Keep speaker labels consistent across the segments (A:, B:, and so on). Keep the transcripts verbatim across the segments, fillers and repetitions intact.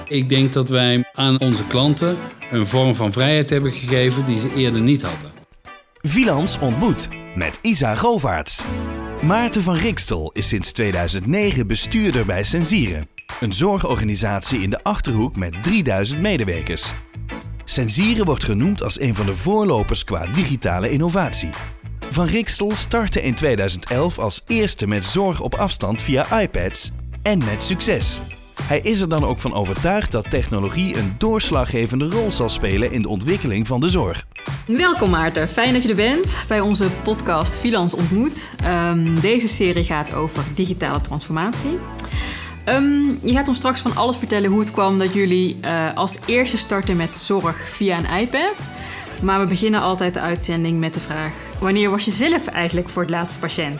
A: Ik denk dat wij aan onze klanten een vorm van vrijheid hebben gegeven die ze eerder niet hadden.
B: Vilans ontmoet met Isa Govaerts. Maarten van Rikstel is sinds tweeduizend negen bestuurder bij Sensiere. Een zorgorganisatie in de Achterhoek met drieduizend medewerkers. Sensiere wordt genoemd als een van de voorlopers qua digitale innovatie. Van Rikstel startte in tweeduizend elf als eerste met zorg op afstand via iPads en met succes. Hij is er dan ook van overtuigd dat technologie een doorslaggevende rol zal spelen in de ontwikkeling van de zorg.
C: Welkom Maarten, fijn dat je er bent bij onze podcast Vilans ontmoet. Um, deze serie gaat over digitale transformatie. Um, je gaat ons straks van alles vertellen hoe het kwam dat jullie uh, als eerste starten met zorg via een iPad. Maar we beginnen altijd de uitzending met de vraag: wanneer was je zelf eigenlijk voor het laatst patiënt?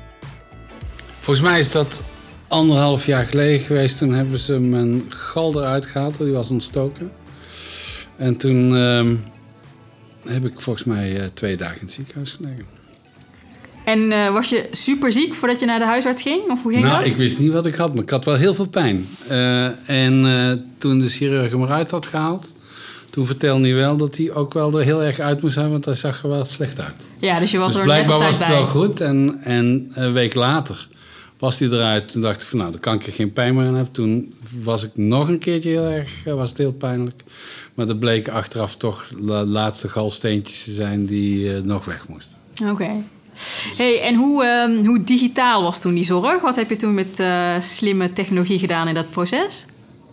A: Volgens mij is dat anderhalf jaar geleden geweest. Toen hebben ze mijn gal eruit gehaald, die was ontstoken. En toen uh, heb ik volgens mij uh, twee dagen in het ziekenhuis gelegen.
C: En uh, was je super ziek voordat je naar de huisarts ging? Of hoe ging
A: nou,
C: dat?
A: Ik wist niet wat ik had, maar ik had wel heel veel pijn. Uh, en uh, toen de chirurg hem eruit had gehaald, toen vertelde hij wel dat hij ook wel er heel erg uit moest zijn, want hij zag er wel slecht uit.
C: Ja, dus je was
A: dus
C: er net op tijd bij.
A: blijkbaar was het wel goed. En, en een week later was hij eruit. Toen dacht ik van nou, dan kan ik er geen pijn meer aan hebben. Toen was ik nog een keertje heel erg, was het heel pijnlijk. Maar dat bleek achteraf toch de laatste galsteentjes te zijn die uh, nog weg moesten.
C: Oké. Okay. Hey, en hoe, um, hoe digitaal was toen die zorg? Wat heb je toen met uh, slimme technologie gedaan in dat proces?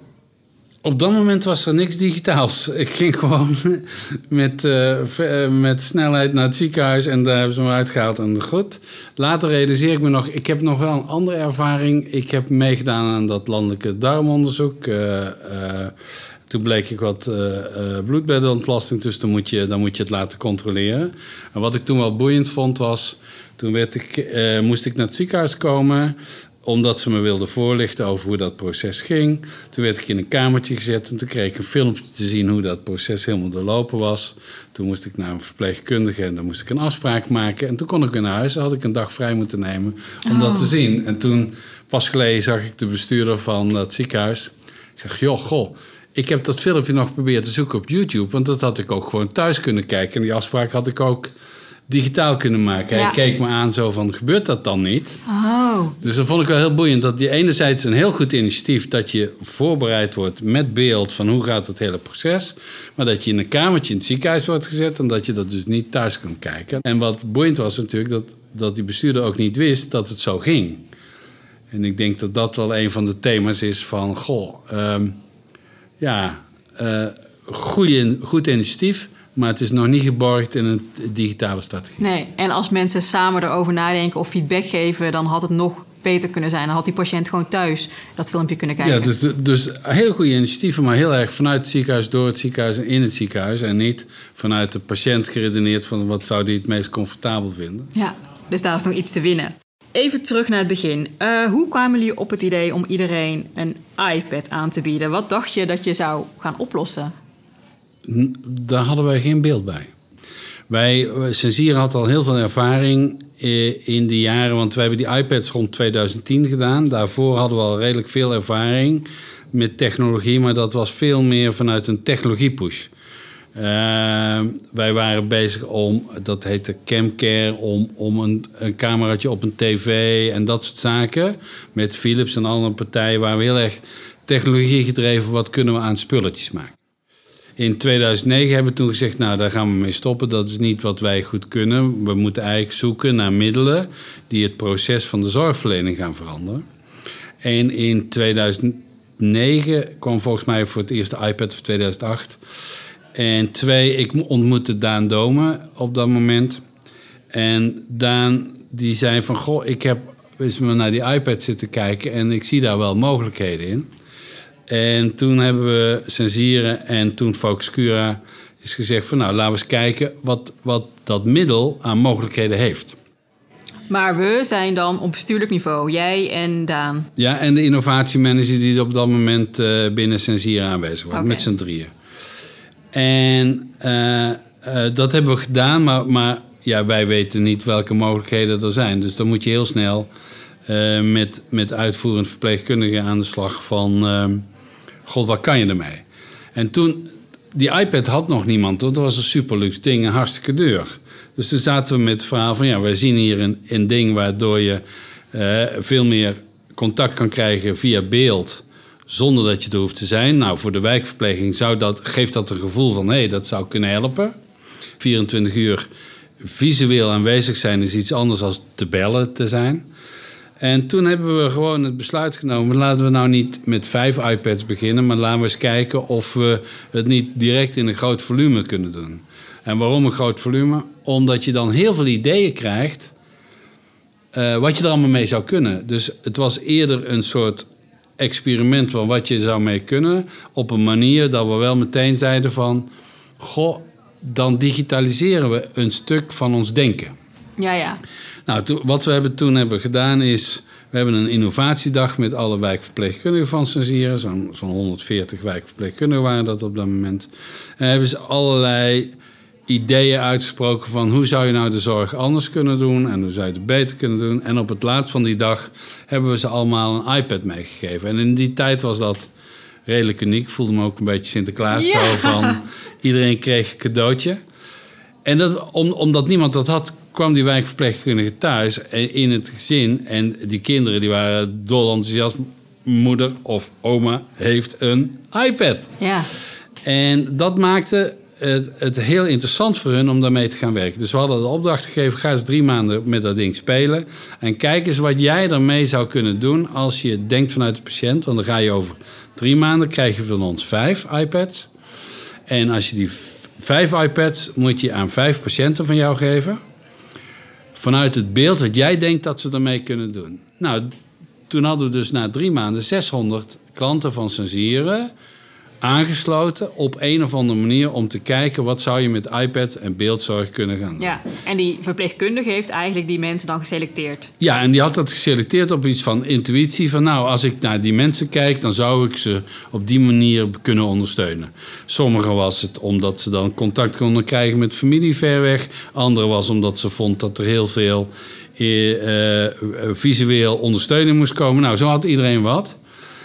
A: Op dat moment was er niks digitaals. Ik ging gewoon met, uh, met snelheid naar het ziekenhuis en daar hebben ze me uitgehaald en goed. Later realiseer ik me nog, ik heb nog wel een andere ervaring. Ik heb meegedaan aan dat landelijke darmonderzoek. Uh, uh, toen bleek ik wat uh, uh, bloedbedontlasting, dus dan moet, je, dan moet je het laten controleren. En wat ik toen wel boeiend vond was, toen werd ik, uh, moest ik naar het ziekenhuis komen, omdat ze me wilden voorlichten over hoe dat proces ging. Toen werd ik in een kamertje gezet en toen kreeg ik een filmpje te zien hoe dat proces helemaal doorlopen was. Toen moest ik naar een verpleegkundige en dan moest ik een afspraak maken. En toen kon ik weer naar huis, dan had ik een dag vrij moeten nemen om oh. dat te zien. En toen, pas geleden, zag ik de bestuurder van dat ziekenhuis. Ik zeg, joh, goh, ik heb dat filmpje nog geprobeerd te zoeken op YouTube, want dat had ik ook gewoon thuis kunnen kijken. En die afspraak had ik ook digitaal kunnen maken. Ja. Hij keek me aan zo van, gebeurt dat dan niet?
C: Oh.
A: Dus dat vond ik wel heel boeiend. Dat je enerzijds een heel goed initiatief, dat je voorbereid wordt met beeld van hoe gaat het hele proces. Maar dat je in een kamertje in het ziekenhuis wordt gezet en dat je dat dus niet thuis kunt kijken. En wat boeiend was natuurlijk, dat, dat die bestuurder ook niet wist dat het zo ging. En ik denk dat dat wel een van de thema's is van, goh, um, ja, uh, goeie, goed initiatief, maar het is nog niet geborgd in een digitale strategie.
C: Nee, en als mensen samen erover nadenken of feedback geven, dan had het nog beter kunnen zijn. Dan had die patiënt gewoon thuis dat filmpje kunnen kijken.
A: Ja, dus, dus heel goede initiatieven, maar heel erg vanuit het ziekenhuis, door het ziekenhuis en in het ziekenhuis. En niet vanuit de patiënt geredeneerd van wat zou die het meest comfortabel vinden.
C: Ja, dus daar is nog iets te winnen. Even terug naar het begin. Uh, hoe kwamen jullie op het idee om iedereen een iPad aan te bieden? Wat dacht je dat je zou gaan oplossen?
A: Daar hadden wij geen beeld bij. Wij, Sensiere had al heel veel ervaring in die jaren, want wij hebben die iPads rond tweeduizend tien gedaan. Daarvoor hadden we al redelijk veel ervaring met technologie, maar dat was veel meer vanuit een technologiepush. Uh, wij waren bezig om, dat heette Camcare, om, om een, een cameraatje op een tv en dat soort zaken. Met Philips en andere partijen waren we heel erg technologie gedreven. Wat kunnen we aan spulletjes maken? In tweeduizend negen hebben we toen gezegd, nou, daar gaan we mee stoppen. Dat is niet wat wij goed kunnen. We moeten eigenlijk zoeken naar middelen die het proces van de zorgverlening gaan veranderen. En in tweeduizend negen kwam volgens mij voor het eerst de iPad, of tweeduizend acht. En twee, ik ontmoette Daan Domen op dat moment. En Daan die zei van, goh, ik heb eens naar die iPad zitten kijken en ik zie daar wel mogelijkheden in. En toen hebben we Sensiere en toen Focuscura is gezegd van, nou, laten we eens kijken wat, wat dat middel aan mogelijkheden heeft.
C: Maar we zijn dan op bestuurlijk niveau, jij en Daan.
A: Ja, en de innovatiemanager die op dat moment uh, binnen Sensiere aanwezig was, okay. Met z'n drieën. En uh, uh, dat hebben we gedaan, maar, maar ja, wij weten niet welke mogelijkheden er zijn. Dus dan moet je heel snel uh, met, met uitvoerend verpleegkundigen aan de slag van, uh, God, wat kan je ermee? En toen, die iPad had nog niemand. Dat was een super luxe ding, een hartstikke duur. Dus toen zaten we met het verhaal van, ja, wij zien hier een, een ding waardoor je uh, veel meer contact kan krijgen via beeld, zonder dat je er hoeft te zijn. Nou, voor de wijkverpleging zou dat, geeft dat een gevoel van, hé, hey, dat zou kunnen helpen. vierentwintig uur visueel aanwezig zijn is iets anders dan te bellen te zijn. En toen hebben we gewoon het besluit genomen, laten we nou niet met vijf iPads beginnen, maar laten we eens kijken of we het niet direct in een groot volume kunnen doen. En waarom een groot volume? Omdat je dan heel veel ideeën krijgt uh, wat je er allemaal mee zou kunnen. Dus het was eerder een soort experiment van wat je zou mee kunnen, op een manier dat we wel meteen zeiden van, goh, dan digitaliseren we een stuk van ons denken.
C: Ja, ja.
A: Nou, to, wat we hebben toen hebben gedaan is, we hebben een innovatiedag met alle wijkverpleegkundigen van Sensieren. Zo'n, zo'n honderdveertig wijkverpleegkundigen waren dat op dat moment. En hebben ze allerlei ideeën uitgesproken van hoe zou je nou de zorg anders kunnen doen en hoe zou je het beter kunnen doen. En op het laatst van die dag hebben we ze allemaal een iPad meegegeven. En in die tijd was dat redelijk uniek. Ik voelde me ook een beetje Sinterklaas. Ja. Zo van, iedereen kreeg een cadeautje. En dat, om, omdat niemand dat had, kwam die wijkverpleegkundige thuis in het gezin. En die kinderen die waren dol enthousiast. Moeder of oma heeft een iPad.
C: Ja.
A: En dat maakte het, het heel interessant voor hun om daarmee te gaan werken. Dus we hadden de opdracht gegeven, ga eens drie maanden met dat ding spelen. En kijk eens wat jij ermee zou kunnen doen als je denkt vanuit de patiënt. Want dan ga je over drie maanden, krijg je van ons vijf iPads. En als je die vijf iPads moet je aan vijf patiënten van jou geven. Vanuit het beeld wat jij denkt dat ze ermee kunnen doen. Nou, toen hadden we dus na drie maanden zeshonderd klanten van Sensieren aangesloten op een of andere manier om te kijken wat zou je met iPads en beeldzorg kunnen gaan doen.
C: Ja, en die verpleegkundige heeft eigenlijk die mensen dan geselecteerd.
A: Ja, en die had dat geselecteerd op iets van intuïtie. Van nou, als ik naar die mensen kijk, dan zou ik ze op die manier kunnen ondersteunen. Sommigen was het omdat ze dan contact konden krijgen met familie ver weg. Andere was omdat ze vond dat er heel veel eh, uh, visueel ondersteuning moest komen. Nou, zo had iedereen wat.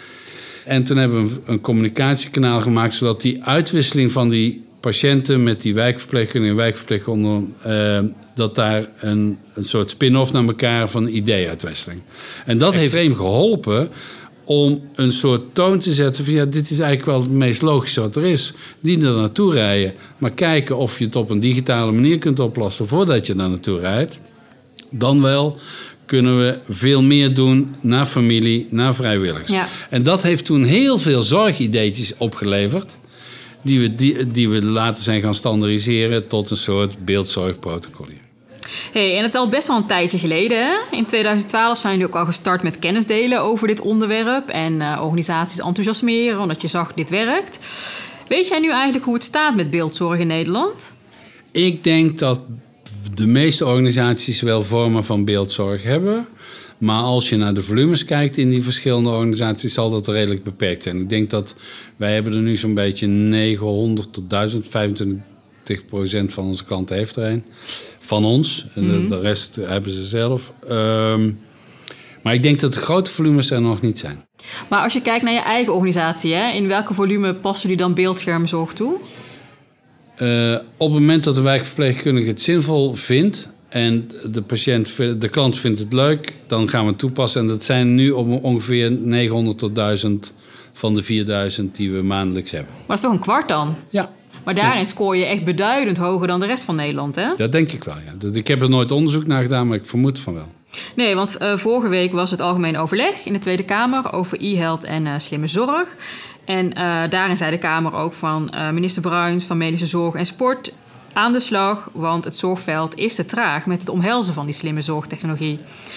A: En toen hebben we een communicatiekanaal gemaakt, zodat die uitwisseling van die patiënten met die wijkverpleegkundigen en wijkverpleegkundigen, uh, dat daar een, een soort spin-off naar elkaar van idee-uitwisseling. En dat heeft extreem geholpen om een soort toon te zetten van ja, dit is eigenlijk wel het meest logische wat er is. Die er naartoe rijden, maar kijken of je het op een digitale manier kunt oplossen voordat je daar naartoe rijdt. Dan wel kunnen we veel meer doen naar familie, naar vrijwilligers. Ja. En dat heeft toen heel veel zorgideetjes opgeleverd, die we, die, die we later zijn gaan standaardiseren tot een soort beeldzorgprotocol.
C: Hey, en het is al best wel een tijdje geleden. Hè? In tweeduizend twaalf zijn jullie ook al gestart met kennis delen over dit onderwerp en uh, organisaties enthousiasmeren, omdat je zag dit werkt. Weet jij nu eigenlijk hoe het staat met beeldzorg in Nederland?
A: Ik denk dat de meeste organisaties wel vormen van beeldzorg hebben. Maar als je naar de volumes kijkt in die verschillende organisaties, zal dat redelijk beperkt zijn. Ik denk dat wij hebben er nu zo'n beetje negenhonderd tot duizend, vijfentwintig procent van onze klanten heeft er een. Van ons. Mm-hmm. De, de rest hebben ze zelf. Um, maar ik denk dat de grote volumes er nog niet zijn.
C: Maar als je kijkt naar je eigen organisatie, hè, in welke volume passen jullie dan beeldschermzorg toe?
A: Uh, op het moment dat de wijkverpleegkundige het zinvol vindt en de patiënt, de klant vindt het leuk, dan gaan we het toepassen. En dat zijn nu op ongeveer negenhonderd tot duizend van de vierduizend die we maandelijks hebben. Maar
C: dat is toch een kwart dan?
A: Ja.
C: Maar daarin scoor je echt beduidend hoger dan de rest van Nederland, hè?
A: Dat denk ik wel, ja. Ik heb er nooit onderzoek naar gedaan, maar ik vermoed van wel.
C: Nee, want uh, vorige week was het algemeen overleg in de Tweede Kamer over e-health en uh, slimme zorg. En uh, daarin zei de Kamer ook van uh, minister Bruins van Medische Zorg en Sport aan de slag, want het zorgveld is te traag met het omhelzen van die slimme zorgtechnologie.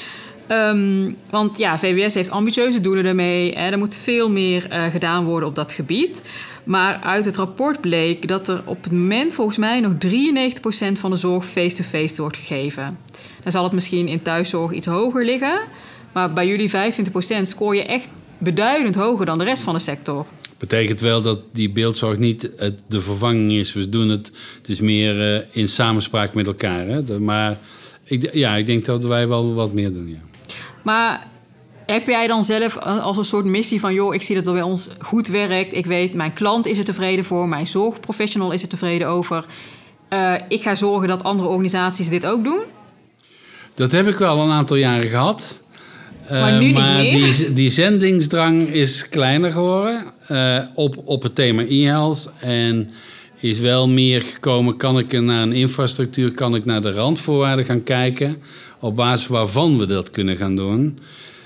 C: Um, want ja, V W S heeft ambitieuze doelen daarmee. Hè. Er moet veel meer uh, gedaan worden op dat gebied. Maar uit het rapport bleek dat er op het moment volgens mij nog drieënnegentig procent van de zorg face-to-face wordt gegeven. Dan zal het misschien in thuiszorg iets hoger liggen. Maar bij jullie vijfentwintig procent scoor je echt beduidend hoger dan de rest van de sector.
A: Betekent wel dat die beeldzorg niet het, de vervanging is. We doen het, het is meer uh, in samenspraak met elkaar. Hè? De, maar ik, ja, ik denk dat wij wel wat meer doen, ja.
C: Maar heb jij dan zelf als een soort missie van... joh, ik zie dat het bij ons goed werkt. Ik weet, mijn klant is er tevreden voor. Mijn zorgprofessional is er tevreden over. Uh, ik ga zorgen dat andere organisaties dit ook doen?
A: Dat heb ik wel een aantal jaren gehad.
C: Maar nu
A: uh, maar
C: niet meer?
A: Die, die zendingsdrang is kleiner geworden uh, op, op het thema e-health. En is wel meer gekomen, kan ik naar een infrastructuur... kan ik naar de randvoorwaarden gaan kijken... op basis waarvan we dat kunnen gaan doen...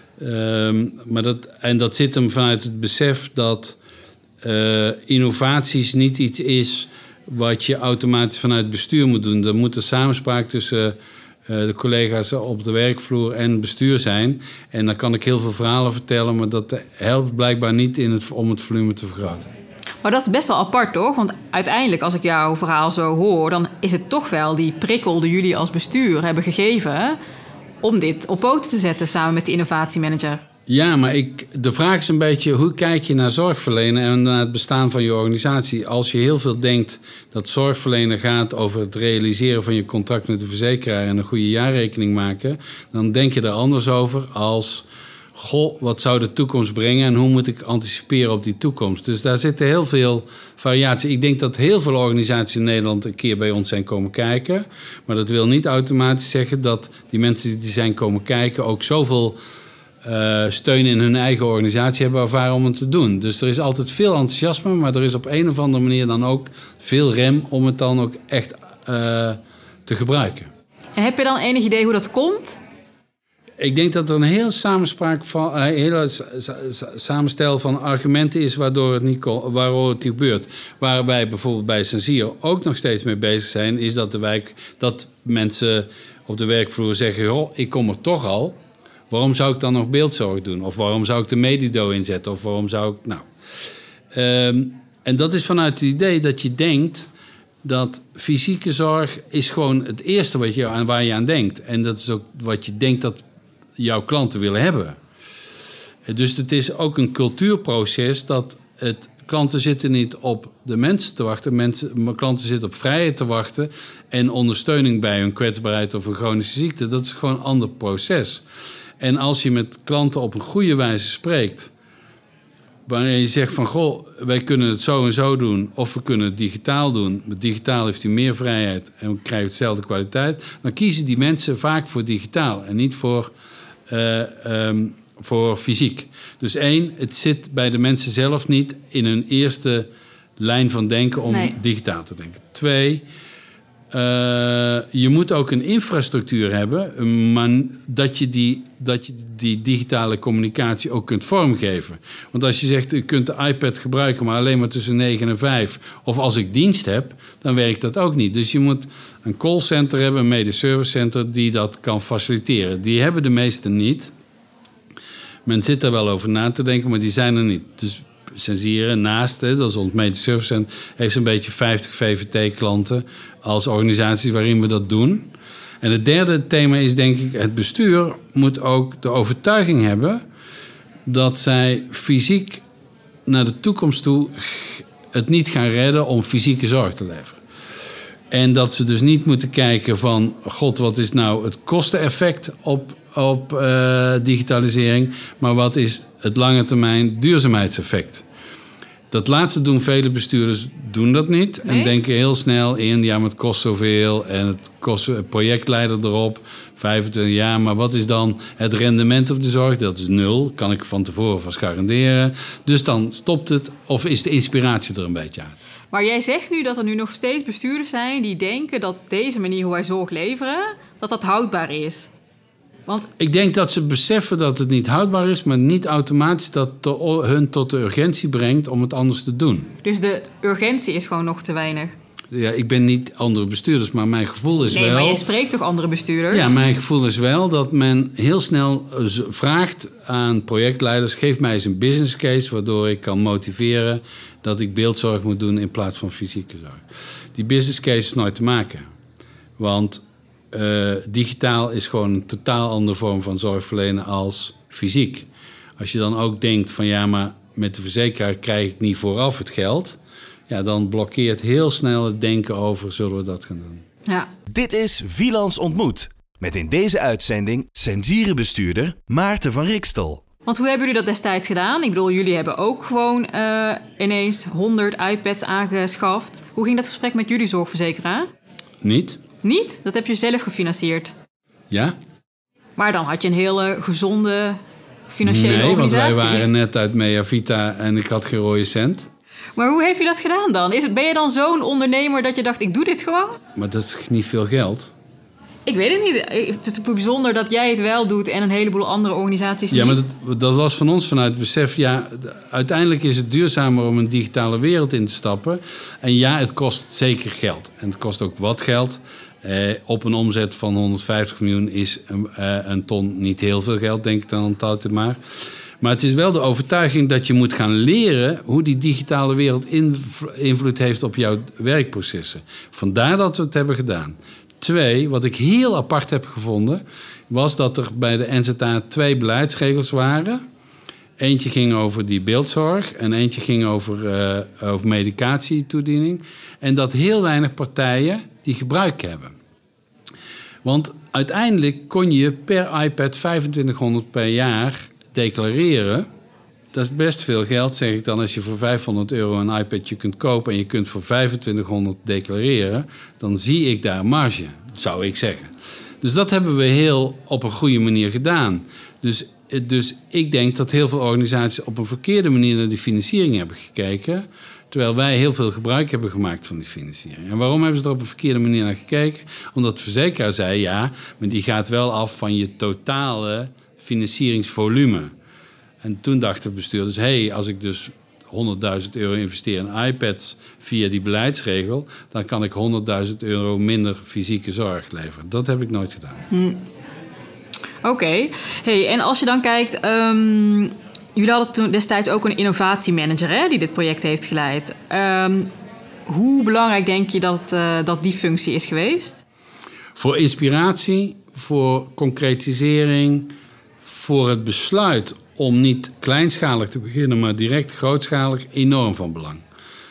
A: Um, maar dat, en dat zit hem vanuit het besef dat uh, innovaties niet iets is wat je automatisch vanuit het bestuur moet doen. Er moet een samenspraak tussen uh, de collega's op de werkvloer en het bestuur zijn. En dan kan ik heel veel verhalen vertellen, maar dat helpt blijkbaar niet in het, om het volume te vergroten.
C: Maar dat is best wel apart, toch? Want uiteindelijk, als ik jouw verhaal zo hoor... dan is het toch wel die prikkel die jullie als bestuur hebben gegeven... om dit op poten te zetten samen met de innovatiemanager.
A: Ja, maar ik, de vraag is een beetje... hoe kijk je naar zorgverlenen en naar het bestaan van je organisatie? Als je heel veel denkt dat zorgverlenen gaat... over het realiseren van je contract met de verzekeraar... en een goede jaarrekening maken... dan denk je er anders over als... goh, wat zou de toekomst brengen... en hoe moet ik anticiperen op die toekomst? Dus daar zitten heel veel variaties. Ik denk dat heel veel organisaties in Nederland... een keer bij ons zijn komen kijken. Maar dat wil niet automatisch zeggen... dat die mensen die zijn komen kijken... ook zoveel uh, steun in hun eigen organisatie hebben ervaren om het te doen. Dus er is altijd veel enthousiasme... maar er is op een of andere manier dan ook veel rem... om het dan ook echt uh, te gebruiken.
C: En heb je dan enig idee hoe dat komt...
A: Ik denk dat er een hele samenspraak van, een hele samenstel van argumenten is waardoor het niet waardoor het niet gebeurt. Waar wij bijvoorbeeld bij Sensier ook nog steeds mee bezig zijn, is dat de wijk, dat mensen op de werkvloer zeggen: oh, ik kom er toch al. Waarom zou ik dan nog beeldzorg doen? Of waarom zou ik de Medido inzetten? Of waarom zou ik. Nou. Um, en dat is vanuit het idee dat je denkt dat fysieke zorg is gewoon het eerste wat je, aan waar je aan denkt. En dat is ook wat je denkt dat jouw klanten willen hebben. Dus het is ook een cultuurproces dat het, klanten zitten niet op de mensen te wachten. Mensen, klanten zitten op vrijheid te wachten en ondersteuning bij hun kwetsbaarheid of een chronische ziekte. Dat is gewoon een ander proces. En als je met klanten op een goede wijze spreekt, wanneer je zegt van, goh, wij kunnen het zo en zo doen, of we kunnen het digitaal doen. Met digitaal heeft u meer vrijheid en we krijgen hetzelfde kwaliteit. Dan kiezen die mensen vaak voor digitaal en niet voor, uh, um, voor fysiek. Dus één, het zit bij de mensen zelf niet in hun eerste lijn van denken om nee. digitaal te denken. Twee, Uh, je moet ook een infrastructuur hebben, maar dat je, die, dat je die digitale communicatie ook kunt vormgeven. Want als je zegt, u kunt de iPad gebruiken, maar alleen maar tussen negen en vijf, of als ik dienst heb, dan werkt dat ook niet. Dus je moet een callcenter hebben, een medisch service center, die dat kan faciliteren. Die hebben de meesten niet. Men zit er wel over na te denken, maar die zijn er niet. Dus Sensier naast, hè, dat is ons medisch service center, heeft zo'n beetje vijftig V V T-klanten als organisatie waarin we dat doen. En het derde thema is denk ik, het bestuur moet ook de overtuiging hebben dat zij fysiek naar de toekomst toe het niet gaan redden om fysieke zorg te leveren. En dat ze dus niet moeten kijken van, god, wat is nou het kosteneffect op, op uh, digitalisering, maar wat is het lange termijn duurzaamheidseffect? Dat laatste doen vele bestuurders doen dat niet. Nee? En denken heel snel in, ja, maar het kost zoveel en het kost een projectleider erop, vijfentwintig jaar. Maar wat is dan het rendement op de zorg? Dat is nul, kan ik van tevoren vast garanderen. Dus dan stopt het, of is de inspiratie er een beetje uit.
C: Maar jij zegt nu dat er nu nog steeds bestuurders zijn die denken dat deze manier hoe wij zorg leveren, dat dat houdbaar is. Want
A: ik denk dat ze beseffen dat het niet houdbaar is, maar niet automatisch dat to- hun tot de urgentie brengt om het anders te doen.
C: Dus de urgentie is gewoon nog te weinig?
A: Ja, ik ben niet andere bestuurders, maar mijn gevoel is
C: nee,
A: wel...
C: Nee, maar je spreekt toch andere bestuurders?
A: Ja, mijn gevoel is wel dat men heel snel vraagt aan projectleiders, geef mij eens een business case waardoor ik kan motiveren dat ik beeldzorg moet doen in plaats van fysieke zorg. Die business case is nooit te maken. Want uh, digitaal is gewoon een totaal andere vorm van zorgverlenen als fysiek. Als je dan ook denkt van ja, maar met de verzekeraar krijg ik niet vooraf het geld, ja, dan blokkeert heel snel het denken over zullen we dat gaan doen.
C: Ja.
B: Dit is Vilans Ontmoet. Met in deze uitzending Sensier-bestuurder Maarten van Rikstel.
C: Want hoe hebben jullie dat destijds gedaan? Ik bedoel, jullie hebben ook gewoon uh, ineens honderd iPads aangeschaft. Hoe ging dat gesprek met jullie zorgverzekeraar?
A: Niet.
C: Niet? Dat heb je zelf gefinancierd?
A: Ja.
C: Maar dan had je een hele gezonde financiële
A: nee,
C: organisatie.
A: Nee, want wij waren net uit Mea Vita en ik had geen rode cent.
C: Maar hoe heb je dat gedaan dan? Is het, ben je dan zo'n ondernemer dat je dacht, ik doe dit gewoon?
A: Maar dat is niet veel geld.
C: Ik weet het niet. Het is bijzonder dat jij het wel doet en een heleboel andere organisaties niet.
A: Ja, maar dat, dat was van ons vanuit het besef... ja, uiteindelijk is het duurzamer om een digitale wereld in te stappen. En ja, het kost zeker geld. En het kost ook wat geld. Eh, op een omzet van honderdvijftig miljoen is een, eh, een ton niet heel veel geld, denk ik dan altijd maar. Maar het is wel de overtuiging dat je moet gaan leren hoe die digitale wereld invloed heeft op jouw werkprocessen. Vandaar dat we het hebben gedaan. Twee, wat ik heel apart heb gevonden, was dat er bij de N Z A twee beleidsregels waren. Eentje ging over die beeldzorg en eentje ging over, uh, over medicatietoediening. En dat heel weinig partijen die gebruik hebben. Want uiteindelijk kon je per iPad vijfentwintighonderd per jaar declareren. Dat is best veel geld, zeg ik dan. Als je voor vijfhonderd euro een iPadje kunt kopen en je kunt voor vijfentwintighonderd declareren, dan zie ik daar marge, zou ik zeggen. Dus dat hebben we heel op een goede manier gedaan. Dus, dus ik denk dat heel veel organisaties op een verkeerde manier naar die financiering hebben gekeken, terwijl wij heel veel gebruik hebben gemaakt van die financiering. En waarom hebben ze er op een verkeerde manier naar gekeken? Omdat de verzekeraar zei, ja, maar die gaat wel af van je totale financieringsvolume. En toen dachten bestuurders, hé, hey, als ik dus honderdduizend euro investeer in iPads via die beleidsregel, dan kan ik honderdduizend euro minder fysieke zorg leveren. Dat heb ik nooit gedaan.
C: Hm. Oké. Okay. Hey, en als je dan kijkt, um, jullie hadden toen destijds ook een innovatiemanager, hè, die dit project heeft geleid. Um, hoe belangrijk denk je dat, uh, dat die functie is geweest?
A: Voor inspiratie, voor concretisering, voor het besluit om niet kleinschalig te beginnen, maar direct grootschalig, enorm van belang.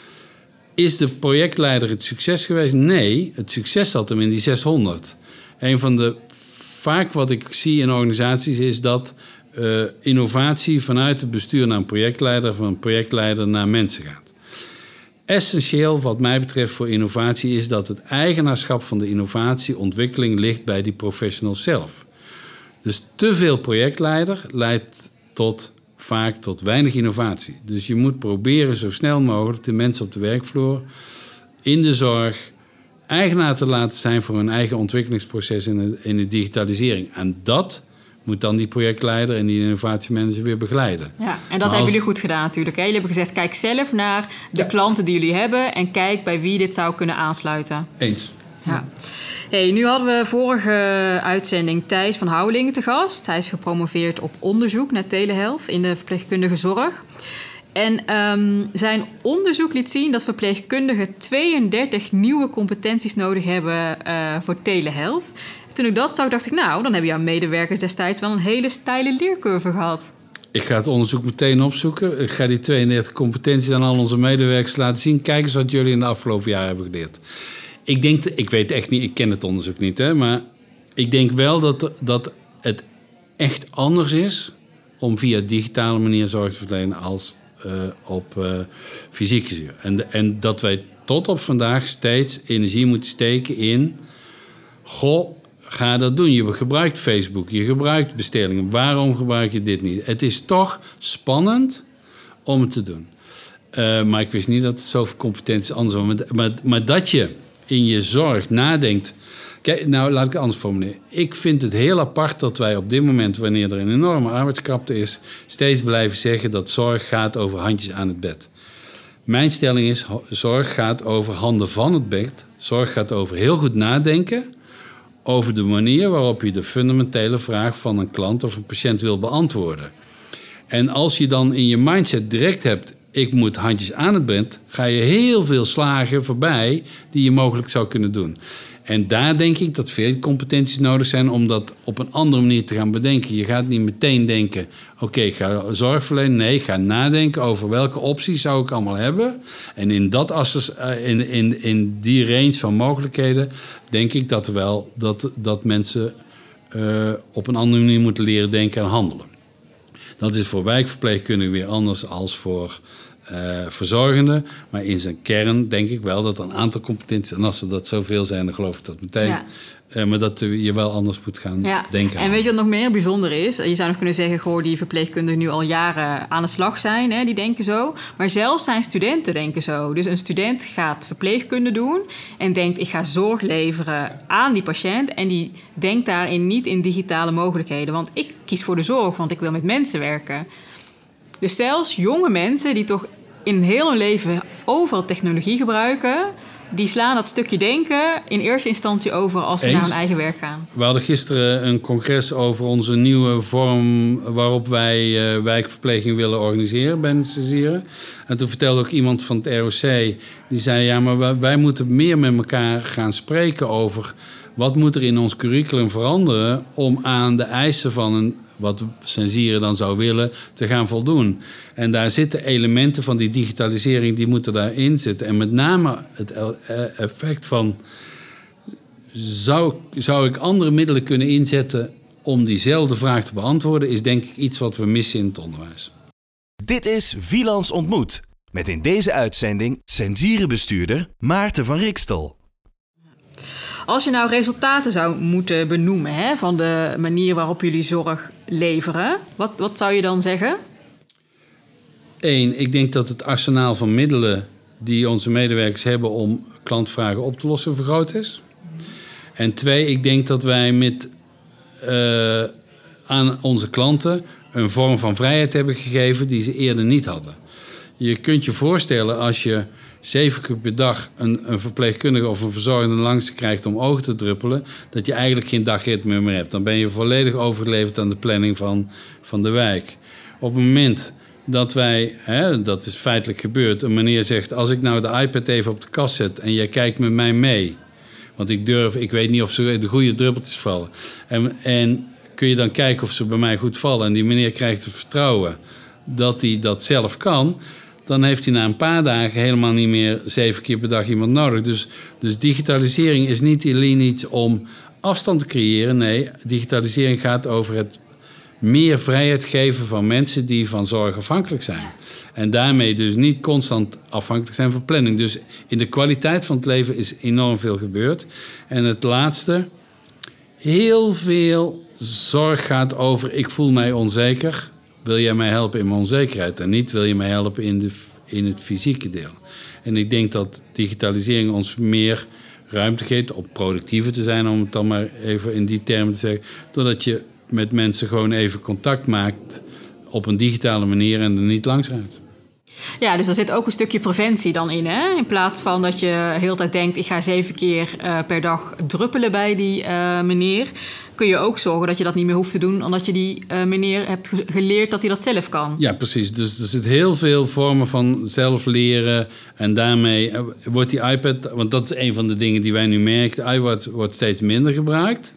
A: Is de projectleider het succes geweest? Nee, het succes zat hem in die zeshonderd. Een van de, vaak wat ik zie in organisaties is dat uh, innovatie vanuit het bestuur naar een projectleider, van een projectleider naar mensen gaat. Essentieel wat mij betreft voor innovatie is dat het eigenaarschap van de innovatieontwikkeling ligt bij die professional zelf. Dus te veel projectleider leidt tot, vaak tot weinig innovatie. Dus je moet proberen zo snel mogelijk de mensen op de werkvloer, in de zorg, eigenaar te laten zijn voor hun eigen ontwikkelingsproces in de, in de digitalisering. En dat moet dan die projectleider en die innovatiemanager weer begeleiden.
C: Ja, en dat als... hebben jullie goed gedaan natuurlijk. Hè? Jullie hebben gezegd, kijk zelf naar de ja. klanten die jullie hebben en kijk bij wie dit zou kunnen aansluiten.
A: Eens.
C: Ja. Hey, nu hadden we vorige uitzending Thijs van Houwelingen te gast. Hij is gepromoveerd op onderzoek naar telehealth in de verpleegkundige zorg. En um, zijn onderzoek liet zien dat verpleegkundigen tweeëndertig nieuwe competenties nodig hebben uh, voor telehealth. Toen ik dat zag, dacht ik, nou, dan hebben jouw medewerkers destijds wel een hele steile leercurve gehad.
A: Ik ga het onderzoek meteen opzoeken. Ik ga die tweeëndertig competenties aan al onze medewerkers laten zien. Kijk eens wat jullie in de afgelopen jaren hebben geleerd. Ik denk, ik weet echt niet, ik ken het onderzoek niet, hè, maar ik denk wel dat, dat het echt anders is om via digitale manier zorg te verlenen als uh, op uh, fysieke zuur. En, en dat wij tot op vandaag steeds energie moeten steken in, goh, ga dat doen. Je gebruikt Facebook, je gebruikt bestellingen. Waarom gebruik je dit niet? Het is toch spannend om het te doen. Uh, maar ik wist niet dat het zoveel competenties anders was. Maar, maar, maar dat je in je zorg nadenkt. Kijk, nou laat ik het anders formuleren. Ik vind het heel apart dat wij op dit moment, wanneer er een enorme arbeidskrapte is, steeds blijven zeggen dat zorg gaat over handjes aan het bed. Mijn stelling is, zorg gaat over handen van het bed. Zorg gaat over heel goed nadenken over de manier waarop je de fundamentele vraag van een klant of een patiënt wil beantwoorden. En als je dan in je mindset direct hebt, ik moet handjes aan het bed, ga je heel veel slagen voorbij die je mogelijk zou kunnen doen. En daar denk ik dat veel competenties nodig zijn om dat op een andere manier te gaan bedenken. Je gaat niet meteen denken, oké, okay, ik ga zorg verlenen. Nee, ga nadenken over welke opties zou ik allemaal hebben. En in, dat asses, in, in, in die range van mogelijkheden denk ik dat wel dat, dat mensen uh, op een andere manier moeten leren denken en handelen. Dat is voor wijkverpleegkundigen weer anders als voor uh, verzorgenden. Maar in zijn kern denk ik wel dat er een aantal competenties... en als er dat zoveel zijn, dan geloof ik dat meteen... Ja. Uh, maar dat je wel anders moet gaan ja. denken.
C: En weet je wat nog meer bijzonder is? Je zou nog kunnen zeggen, goh, die verpleegkundigen nu al jaren aan de slag zijn. Hè, die denken zo. Maar zelfs zijn studenten denken zo. Dus een student gaat verpleegkunde doen en denkt, ik ga zorg leveren aan die patiënt. En die denkt daarin niet in digitale mogelijkheden. Want ik kies voor de zorg, want ik wil met mensen werken. Dus zelfs jonge mensen die toch in heel hun leven overal technologie gebruiken... die slaan dat stukje denken in eerste instantie over als ze Eens. naar hun eigen werk gaan.
A: We hadden gisteren een congres over onze nieuwe vorm... waarop wij uh, wijkverpleging willen organiseren bij de Sensieren. En toen vertelde ook iemand van het R O C... die zei, ja, maar wij, wij moeten meer met elkaar gaan spreken over... wat moet er in ons curriculum veranderen... om aan de eisen van een... wat Sensieren dan zou willen, te gaan voldoen. En daar zitten elementen van die digitalisering, die moeten daarin zitten. En met name het effect van... zou, zou ik andere middelen kunnen inzetten om diezelfde vraag te beantwoorden... is denk ik iets wat we missen in het onderwijs.
B: Dit is Wielands Ontmoet. Met in deze uitzending Sensiere-bestuurder Maarten van Rikstel.
C: Als je nou resultaten zou moeten benoemen... Hè, van de manier waarop jullie zorg leveren... wat, wat zou je dan zeggen?
A: Eén, ik denk dat het arsenaal van middelen... die onze medewerkers hebben om klantvragen op te lossen vergroot is. En twee, ik denk dat wij met uh, aan onze klanten... een vorm van vrijheid hebben gegeven die ze eerder niet hadden. Je kunt je voorstellen als je... zeven keer per dag een, een verpleegkundige of een verzorgende langs krijgt om ogen te druppelen... dat je eigenlijk geen dagritme meer hebt. Dan ben je volledig overgeleverd aan de planning van, van de wijk. Op het moment dat wij, hè, dat is feitelijk gebeurd... een meneer zegt, als ik nou de iPad even op de kast zet... en jij kijkt met mij mee... want ik durf, ik weet niet of ze de goede druppeltjes vallen... En, en kun je dan kijken of ze bij mij goed vallen... en die meneer krijgt het vertrouwen dat hij dat zelf kan... dan heeft hij na een paar dagen helemaal niet meer zeven keer per dag iemand nodig. Dus, dus digitalisering is niet alleen iets om afstand te creëren. Nee, digitalisering gaat over het meer vrijheid geven van mensen die van zorg afhankelijk zijn. En daarmee dus niet constant afhankelijk zijn van planning. Dus in de kwaliteit van het leven is enorm veel gebeurd. En het laatste, heel veel zorg gaat over ik voel mij onzeker... wil jij mij helpen in mijn onzekerheid... en niet wil je mij helpen in, de, in het fysieke deel. En ik denk dat digitalisering ons meer ruimte geeft... om productiever te zijn, om het dan maar even in die termen te zeggen... doordat je met mensen gewoon even contact maakt... op een digitale manier en er niet langs gaat.
C: Ja, dus er zit ook een stukje preventie dan in, hè? In plaats van dat je de hele tijd denkt... ik ga zeven keer uh, per dag druppelen bij die uh, meneer... kun je ook zorgen dat je dat niet meer hoeft te doen... omdat je die uh, meneer hebt geleerd dat hij dat zelf kan.
A: Ja, precies. Dus er zit heel veel vormen van zelf leren... en daarmee uh, wordt die iPad... want dat is een van de dingen die wij nu merken... de iPad wordt steeds minder gebruikt...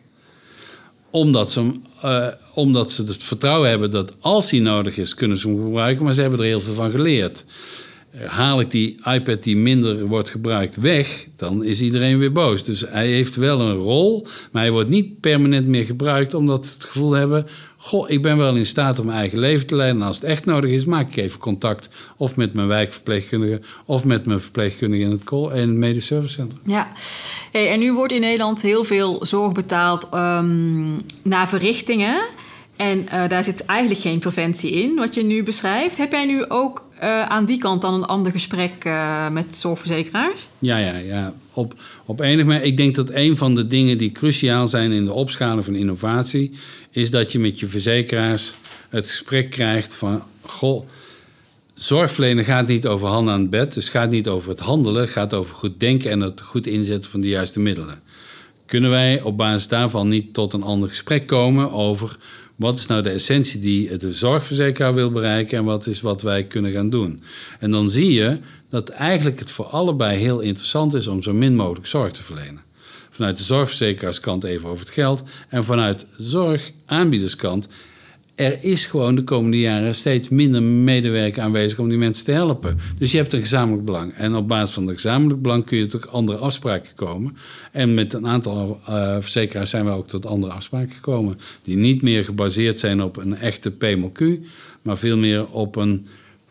A: Omdat ze, uh, omdat ze het vertrouwen hebben dat als die nodig is... kunnen ze hem gebruiken, maar ze hebben er heel veel van geleerd. Uh, haal ik die iPad die minder wordt gebruikt weg... dan is iedereen weer boos. Dus hij heeft wel een rol, maar hij wordt niet permanent meer gebruikt... omdat ze het gevoel hebben... goh, ik ben wel in staat om mijn eigen leven te leiden... en als het echt nodig is, maak ik even contact... of met mijn wijkverpleegkundige... of met mijn verpleegkundige in het, in het medisch servicecentrum.
C: Ja, hey, en nu wordt in Nederland heel veel zorg betaald um, naar verrichtingen... en uh, daar zit eigenlijk geen preventie in, wat je nu beschrijft. Heb jij nu ook uh, aan die kant dan een ander gesprek uh, met zorgverzekeraars?
A: Ja, ja, ja. Op, op enig moment. Ik denk dat een van de dingen die cruciaal zijn in de opschaling van innovatie... is dat je met je verzekeraars het gesprek krijgt van... goh, zorgverlenen gaat niet over handen aan het bed. Dus het gaat niet over het handelen. Het gaat over goed denken en het goed inzetten van de juiste middelen. Kunnen wij op basis daarvan niet tot een ander gesprek komen over... wat is nou de essentie die de zorgverzekeraar wil bereiken... en wat is wat wij kunnen gaan doen. En dan zie je dat eigenlijk het voor allebei heel interessant is... om zo min mogelijk zorg te verlenen. Vanuit de zorgverzekeraarskant even over het geld... en vanuit de zorgaanbiederskant er is gewoon de komende jaren steeds minder medewerker aanwezig om die mensen te helpen. Dus je hebt een gezamenlijk belang. En op basis van het gezamenlijk belang kun je tot andere afspraken komen. En met een aantal uh, verzekeraars zijn we ook tot andere afspraken gekomen. Die niet meer gebaseerd zijn op een echte P M L Q, maar veel meer op een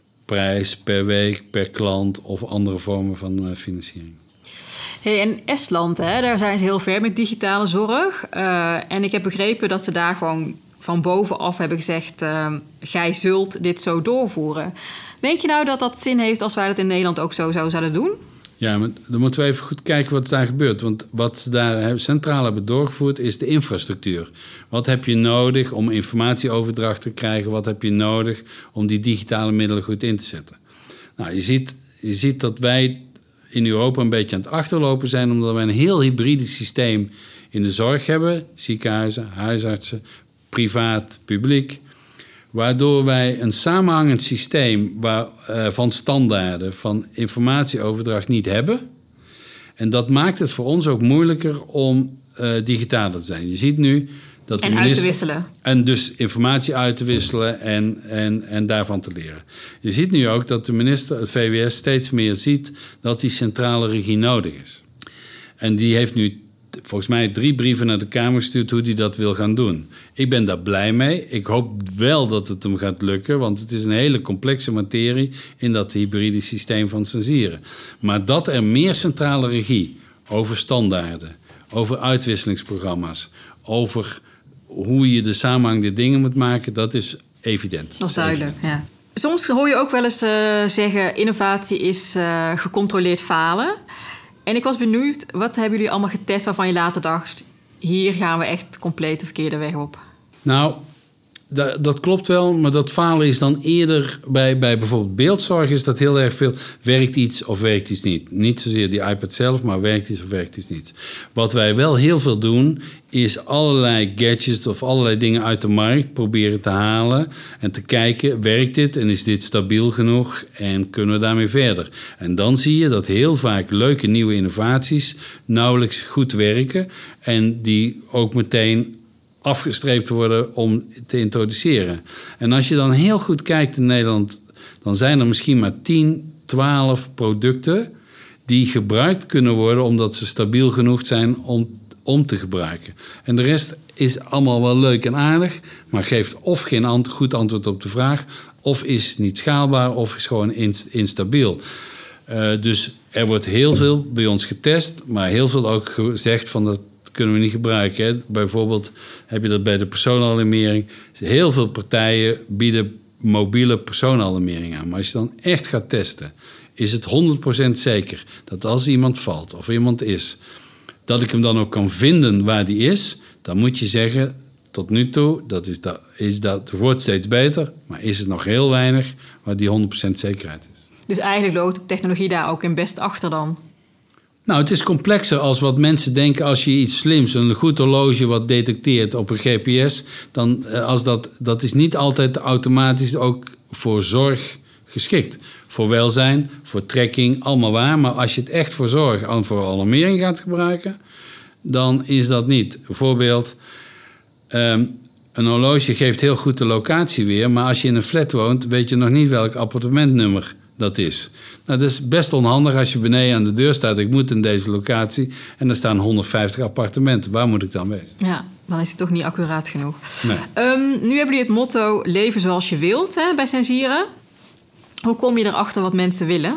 A: prijs per week, per klant of andere vormen van uh, financiering.
C: Hey, in Estland, hè, daar zijn ze heel ver met digitale zorg. Uh, en ik heb begrepen dat ze daar gewoon van bovenaf hebben gezegd, Uh, gij zult dit zo doorvoeren. Denk je nou dat dat zin heeft als wij dat in Nederland ook zo zouden doen?
A: Ja, maar dan moeten we even goed kijken wat daar gebeurt. Want wat ze daar centraal hebben doorgevoerd is de infrastructuur. Wat heb je nodig om informatieoverdracht te krijgen? Wat heb je nodig om die digitale middelen goed in te zetten? Nou, je ziet, je ziet dat wij in Europa een beetje aan het achterlopen zijn, omdat wij een heel hybride systeem in de zorg hebben. Ziekenhuizen, huisartsen, privaat, publiek. Waardoor wij een samenhangend systeem waar, uh, van standaarden, van informatieoverdracht niet hebben. En dat maakt het voor ons ook moeilijker om uh, digitaal te zijn. Je ziet nu dat
C: en
A: de minister,
C: uit te wisselen.
A: En dus informatie uit te wisselen en, en, en daarvan te leren. Je ziet nu ook dat de minister, het V W S, steeds meer ziet dat die centrale regie nodig is. En die heeft nu volgens mij drie brieven naar de Kamer gestuurd hoe hij dat wil gaan doen. Ik ben daar blij mee. Ik hoop wel dat het hem gaat lukken, want het is een hele complexe materie in dat hybride systeem van censieren. Maar dat er meer centrale regie over standaarden, over uitwisselingsprogramma's, over hoe je de samenhang der dingen moet maken, dat is evident.
C: Dat is duidelijk, ja. Soms hoor je ook wel eens uh, zeggen, innovatie is uh, gecontroleerd falen. En ik was benieuwd, wat hebben jullie allemaal getest waarvan je later dacht, hier gaan we echt compleet de verkeerde weg op?
A: Nou, dat, dat klopt wel, maar dat falen is dan eerder bij, bij bijvoorbeeld beeldzorg is dat heel erg veel, werkt iets of werkt iets niet. Niet zozeer die iPad zelf, maar werkt iets of werkt iets niet. Wat wij wel heel veel doen, is allerlei gadgets of allerlei dingen uit de markt proberen te halen en te kijken, werkt dit en is dit stabiel genoeg en kunnen we daarmee verder? En dan zie je dat heel vaak leuke nieuwe innovaties nauwelijks goed werken en die ook meteen afgestreept worden om te introduceren. En als je dan heel goed kijkt in Nederland, dan zijn er misschien maar tien, twaalf producten die gebruikt kunnen worden omdat ze stabiel genoeg zijn om, om te gebruiken. En de rest is allemaal wel leuk en aardig, maar geeft of geen ant- goed antwoord op de vraag, of is niet schaalbaar, of is gewoon inst- instabiel. Uh, dus er wordt heel veel bij ons getest, maar heel veel ook gezegd van dat kunnen we niet gebruiken. Hè. Bijvoorbeeld heb je dat bij de persoonanalarmering. Heel veel partijen bieden mobiele persoonanalarmering aan. Maar als je dan echt gaat testen, is het honderd procent zeker dat als iemand valt of iemand is, dat ik hem dan ook kan vinden waar die is. Dan moet je zeggen, tot nu toe, dat is dat, is dat, het wordt steeds beter, maar is het nog heel weinig waar die honderd procent zekerheid is.
C: Dus eigenlijk loopt de technologie daar ook in best achter dan?
A: Nou, het is complexer als wat mensen denken als je iets slims, een goed horloge wat detecteert op een G P S, dan als dat, dat is niet altijd automatisch ook voor zorg geschikt. Voor welzijn, voor trekking, allemaal waar. Maar als je het echt voor zorg en voor alarmering gaat gebruiken, dan is dat niet. Bijvoorbeeld, um, een horloge geeft heel goed de locatie weer, maar als je in een flat woont, weet je nog niet welk appartementnummer dat is. Nou, dat is best onhandig als je beneden aan de deur staat. Ik moet in deze locatie en er staan honderdvijftig appartementen. Waar moet ik dan wezen?
C: Ja, dan is het toch niet accuraat genoeg.
A: Nee.
C: Um, nu hebben jullie het motto leven zoals je wilt, hè, bij Censieren. Hoe kom je erachter wat mensen willen?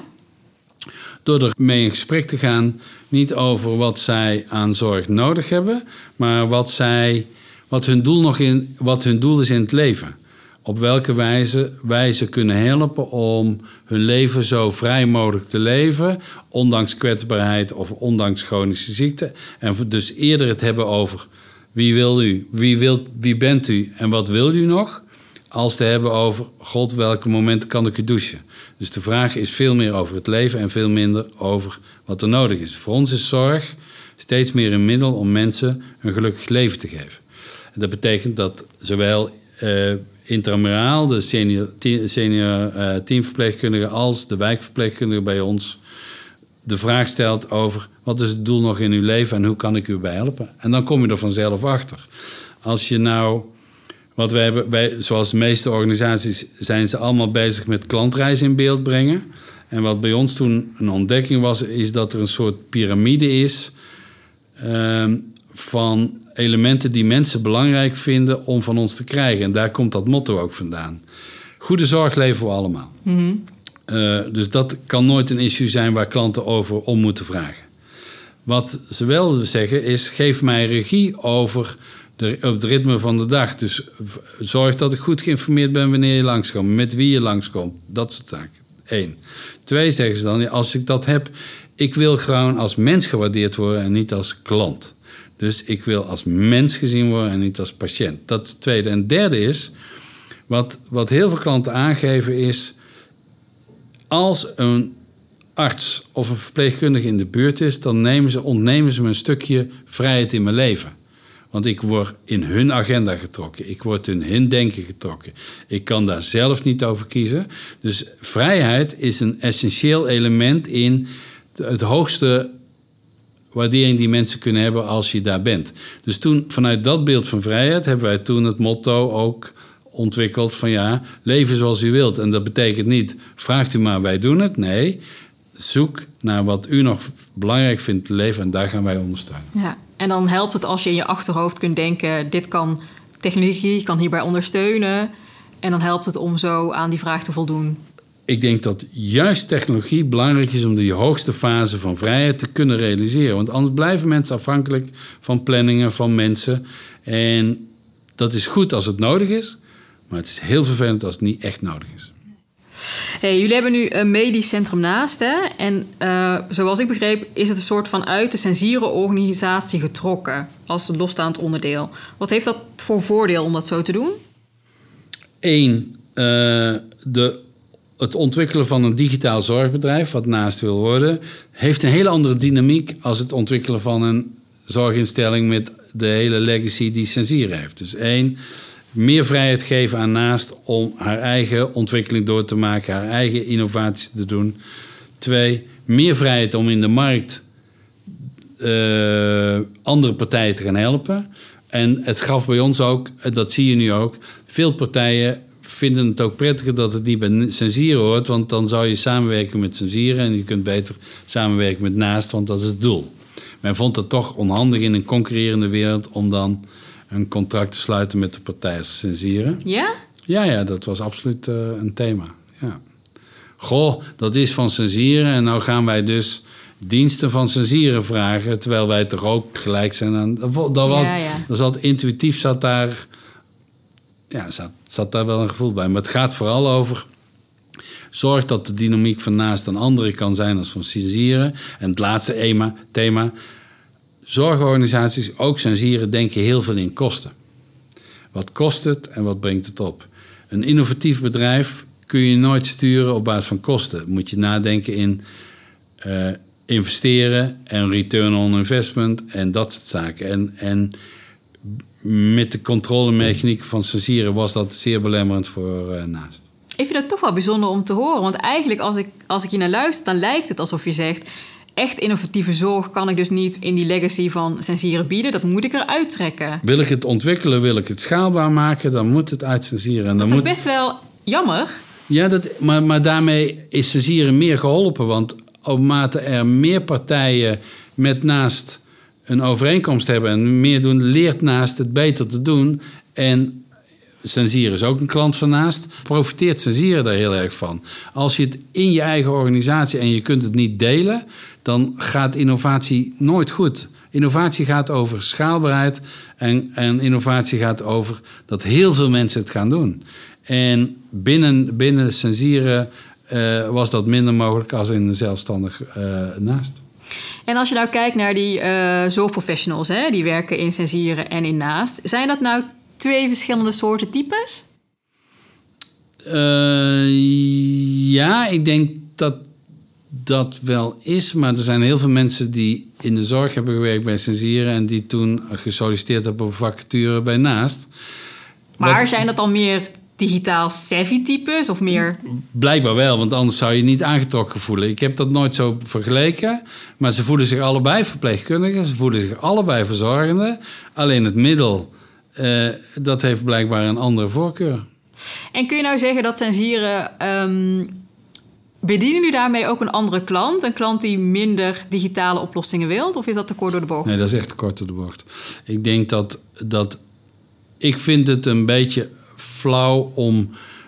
A: Door er mee in gesprek te gaan, niet over wat zij aan zorg nodig hebben, maar wat, zij, wat, hun, doel nog in, wat hun doel is in het leven. Op welke wijze wij ze kunnen helpen om hun leven zo vrij mogelijk te leven, ondanks kwetsbaarheid of ondanks chronische ziekte. En dus eerder het hebben over wie wil u, wie, wilt, wie bent u en wat wil u nog, als te hebben over God, welke momenten kan ik u douchen. Dus de vraag is veel meer over het leven en veel minder over wat er nodig is. Voor ons is zorg steeds meer een middel om mensen een gelukkig leven te geven. En dat betekent dat zowel Uh, intramuraal, de senior, senior uh, teamverpleegkundige als de wijkverpleegkundige bij ons de vraag stelt over wat is het doel nog in uw leven en hoe kan ik u bij helpen? En dan kom je er vanzelf achter. Als je nou Wat wij hebben, wij, zoals de meeste organisaties zijn ze allemaal bezig met klantreis in beeld brengen. En wat bij ons toen een ontdekking was, is dat er een soort piramide is uh, van elementen die mensen belangrijk vinden om van ons te krijgen. En daar komt dat motto ook vandaan. Goede zorg leveren we allemaal. Mm-hmm. Uh, dus dat kan nooit een issue zijn waar klanten over om moeten vragen. Wat ze wel zeggen is, geef mij regie over de, op het ritme van de dag. Dus zorg dat ik goed geïnformeerd ben wanneer je langskomt, met wie je langskomt. Dat soort zaken. Eén. Twee, zeggen ze dan, als ik dat heb, ik wil gewoon als mens gewaardeerd worden en niet als klant. Dus ik wil als mens gezien worden en niet als patiënt. Dat is het tweede. En het derde is, wat, wat heel veel klanten aangeven is, als een arts of een verpleegkundige in de buurt is, dan nemen ze, ontnemen ze me een stukje vrijheid in mijn leven. Want ik word in hun agenda getrokken. Ik word in hun denken getrokken. Ik kan daar zelf niet over kiezen. Dus vrijheid is een essentieel element in het hoogste waardering die mensen kunnen hebben als je daar bent. Dus toen, vanuit dat beeld van vrijheid, hebben wij toen het motto ook ontwikkeld van ja, leven zoals u wilt. En dat betekent niet, vraagt u maar, wij doen het. Nee, zoek naar wat u nog belangrijk vindt te leven en daar gaan wij ondersteunen.
C: Ja, en dan helpt het als je in je achterhoofd kunt denken, dit kan technologie, kan hierbij ondersteunen. En dan helpt het om zo aan die vraag te voldoen.
A: Ik denk dat juist technologie belangrijk is om die hoogste fase van vrijheid te kunnen realiseren. Want anders blijven mensen afhankelijk van planningen, van mensen. En dat is goed als het nodig is, maar het is heel vervelend als het niet echt nodig is.
C: Hey, jullie hebben nu een medisch centrum naast, hè? En uh, zoals ik begreep is het een soort van uit de Sensieren-organisatie getrokken als een losstaand onderdeel. Wat heeft dat voor voordeel om dat zo te doen? Eén,
A: uh, de, het ontwikkelen van een digitaal zorgbedrijf, wat naast wil worden, heeft een hele andere dynamiek als het ontwikkelen van een zorginstelling met de hele legacy die Sensieren heeft. Dus één, meer vrijheid geven aan naast om haar eigen ontwikkeling door te maken, haar eigen innovaties te doen. Twee, meer vrijheid om in de markt uh, andere partijen te gaan helpen. En het gaf bij ons ook, dat zie je nu ook, veel partijen vinden het ook prettiger dat het niet bij Sensieren hoort, want dan zou je samenwerken met Sensieren en je kunt beter samenwerken met naast, want dat is het doel. Men vond het toch onhandig in een concurrerende wereld om dan een contract te sluiten met de partij Sensieren.
C: Ja?
A: Ja, ja, dat was absoluut uh, een thema. Ja. Goh, dat is van Sensieren en nou gaan wij dus diensten van Sensieren vragen, terwijl wij toch ook gelijk zijn aan. Dat was,
C: ja, ja.
A: dat zat intuïtief zat daar, ja, zat, zat daar wel een gevoel bij. Maar het gaat vooral over, zorg dat de dynamiek van naast een andere kan zijn als van Sensieren. En het laatste thema, thema zorgorganisaties, ook Sensieren, denken heel veel in kosten. Wat kost het en wat brengt het op? Een innovatief bedrijf kun je nooit sturen op basis van kosten. Moet je nadenken in uh, investeren en return on investment en dat soort zaken. En, en met de controlemechaniek van Sensieren was dat zeer belemmerend voor uh, naast.
C: Ik vind het toch wel bijzonder om te horen. Want eigenlijk als ik, als ik hier naar luister, dan lijkt het alsof je zegt, echt innovatieve zorg kan ik dus niet in die legacy van Sensieren bieden. Dat moet ik eruit trekken. Wil
A: ik het ontwikkelen, wil ik het schaalbaar maken, dan moet het uit Sensieren. En dan
C: dat is
A: moet
C: best wel jammer.
A: Ja, dat, maar, maar daarmee is Sensieren meer geholpen. Want op mate er meer partijen met naast een overeenkomst hebben en meer doen, leert naast het beter te doen. En Sensieren is ook een klant van naast. Profiteert Sensieren daar heel erg van. Als je het in je eigen organisatie en je kunt het niet delen, dan gaat innovatie nooit goed. Innovatie gaat over schaalbaarheid en, en innovatie gaat over dat heel veel mensen het gaan doen. En binnen, binnen Sensieren uh, was dat minder mogelijk als in een zelfstandig uh, naast.
C: En als je nou kijkt naar die uh, zorgprofessionals, hè, die werken in Sensieren en in naast, zijn dat nou twee verschillende soorten types?
A: Uh, ja, ik denk dat dat wel is. Maar er zijn heel veel mensen die in de zorg hebben gewerkt bij Sensieren en die toen gesolliciteerd hebben op een vacature bij naast.
C: Maar
A: Wat,
C: zijn dat dan meer digitaal savvy types of meer?
A: Blijkbaar wel, want anders zou je niet aangetrokken voelen. Ik heb dat nooit zo vergeleken, maar ze voelen zich allebei verpleegkundigen, ze voelen zich allebei verzorgenden. Alleen het middel uh, dat heeft blijkbaar een andere voorkeur.
C: En kun je nou zeggen dat Sensieren... Um, bedienen jullie daarmee ook een andere klant? Een klant die minder digitale oplossingen wil? Of is dat te kort door de bocht?
A: Nee, dat is echt te kort door de bocht. Ik denk dat... dat ik vind het een beetje flauw om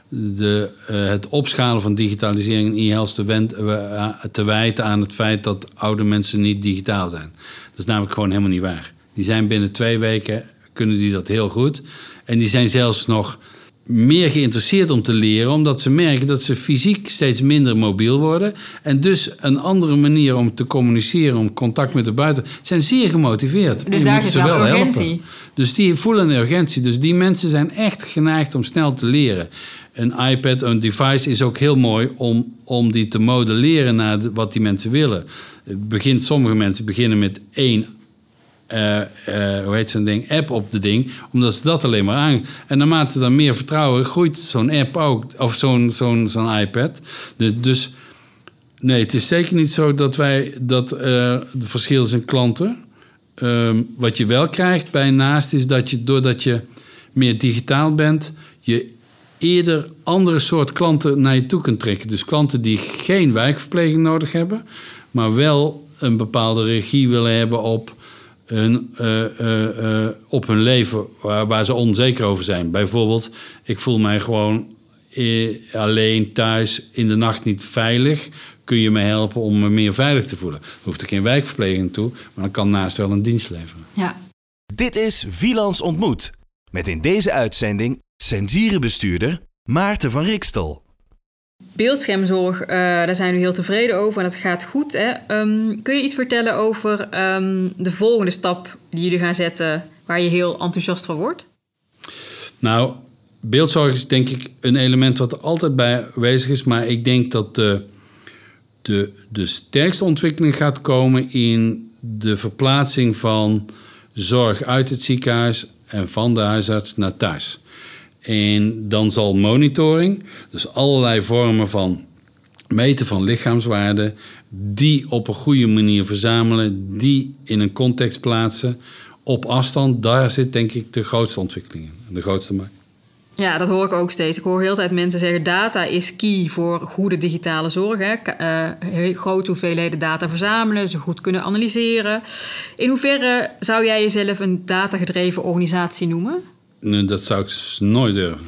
A: de, uh, het opschalen van digitalisering in e-health te, wend, uh, te wijten aan het feit dat oude mensen niet digitaal zijn. Dat is namelijk gewoon helemaal niet waar. Die zijn binnen twee weken, kunnen die dat heel goed. En die zijn zelfs nog meer geïnteresseerd om te leren, omdat ze merken dat ze fysiek steeds minder mobiel worden. En dus een andere manier om te communiceren, om contact met de buiten, zijn zeer gemotiveerd.
C: Dus daar is wel urgentie. Helpen.
A: Dus die voelen een urgentie. Dus die mensen zijn echt geneigd om snel te leren. Een iPad, een device is ook heel mooi om, om die te modelleren naar de, wat die mensen willen. Het begint, sommige mensen beginnen met één Uh, uh, hoe heet zo'n ding, app op de ding, omdat ze dat alleen maar aan. En naarmate ze dan meer vertrouwen, groeit zo'n app ook, of zo'n, zo'n, zo'n iPad. Dus, dus nee, het is zeker niet zo dat wij dat uh, de verschil is in klanten. Um, wat je wel krijgt bij naast is dat je, doordat je meer digitaal bent, je eerder andere soort klanten naar je toe kunt trekken. Dus klanten die geen wijkverpleging nodig hebben, maar wel een bepaalde regie willen hebben op Hun, uh, uh, uh, op hun leven waar, waar ze onzeker over zijn. Bijvoorbeeld, ik voel mij gewoon eh, alleen thuis in de nacht niet veilig. Kun je me helpen om me meer veilig te voelen? Er hoeft er geen wijkverpleging toe, maar dan kan naast wel een dienst leveren.
C: Ja.
B: Dit is Vilans Ontmoet. Met in deze uitzending Sensieren-bestuurder Maarten van Rikstel.
C: Beeldschermzorg, uh, daar zijn we heel tevreden over en dat gaat goed. Hè? Um, kun je iets vertellen over um, de volgende stap die jullie gaan zetten, waar je heel enthousiast van wordt?
A: Nou, beeldzorg is denk ik een element wat er altijd bij aanwezig is, maar ik denk dat de, de, de sterkste ontwikkeling gaat komen in de verplaatsing van zorg uit het ziekenhuis en van de huisarts naar thuis. En dan zal monitoring, dus allerlei vormen van meten van lichaamswaarde, die op een goede manier verzamelen, die in een context plaatsen, op afstand, daar zit denk ik de grootste ontwikkeling in, de grootste markt.
C: Ja, dat hoor ik ook steeds. Ik hoor heel de tijd mensen zeggen, data is key voor goede digitale zorg. Hè. Uh, grote hoeveelheden data verzamelen, ze goed kunnen analyseren. In hoeverre zou jij jezelf een datagedreven organisatie noemen?
A: Nee, dat zou ik nooit durven.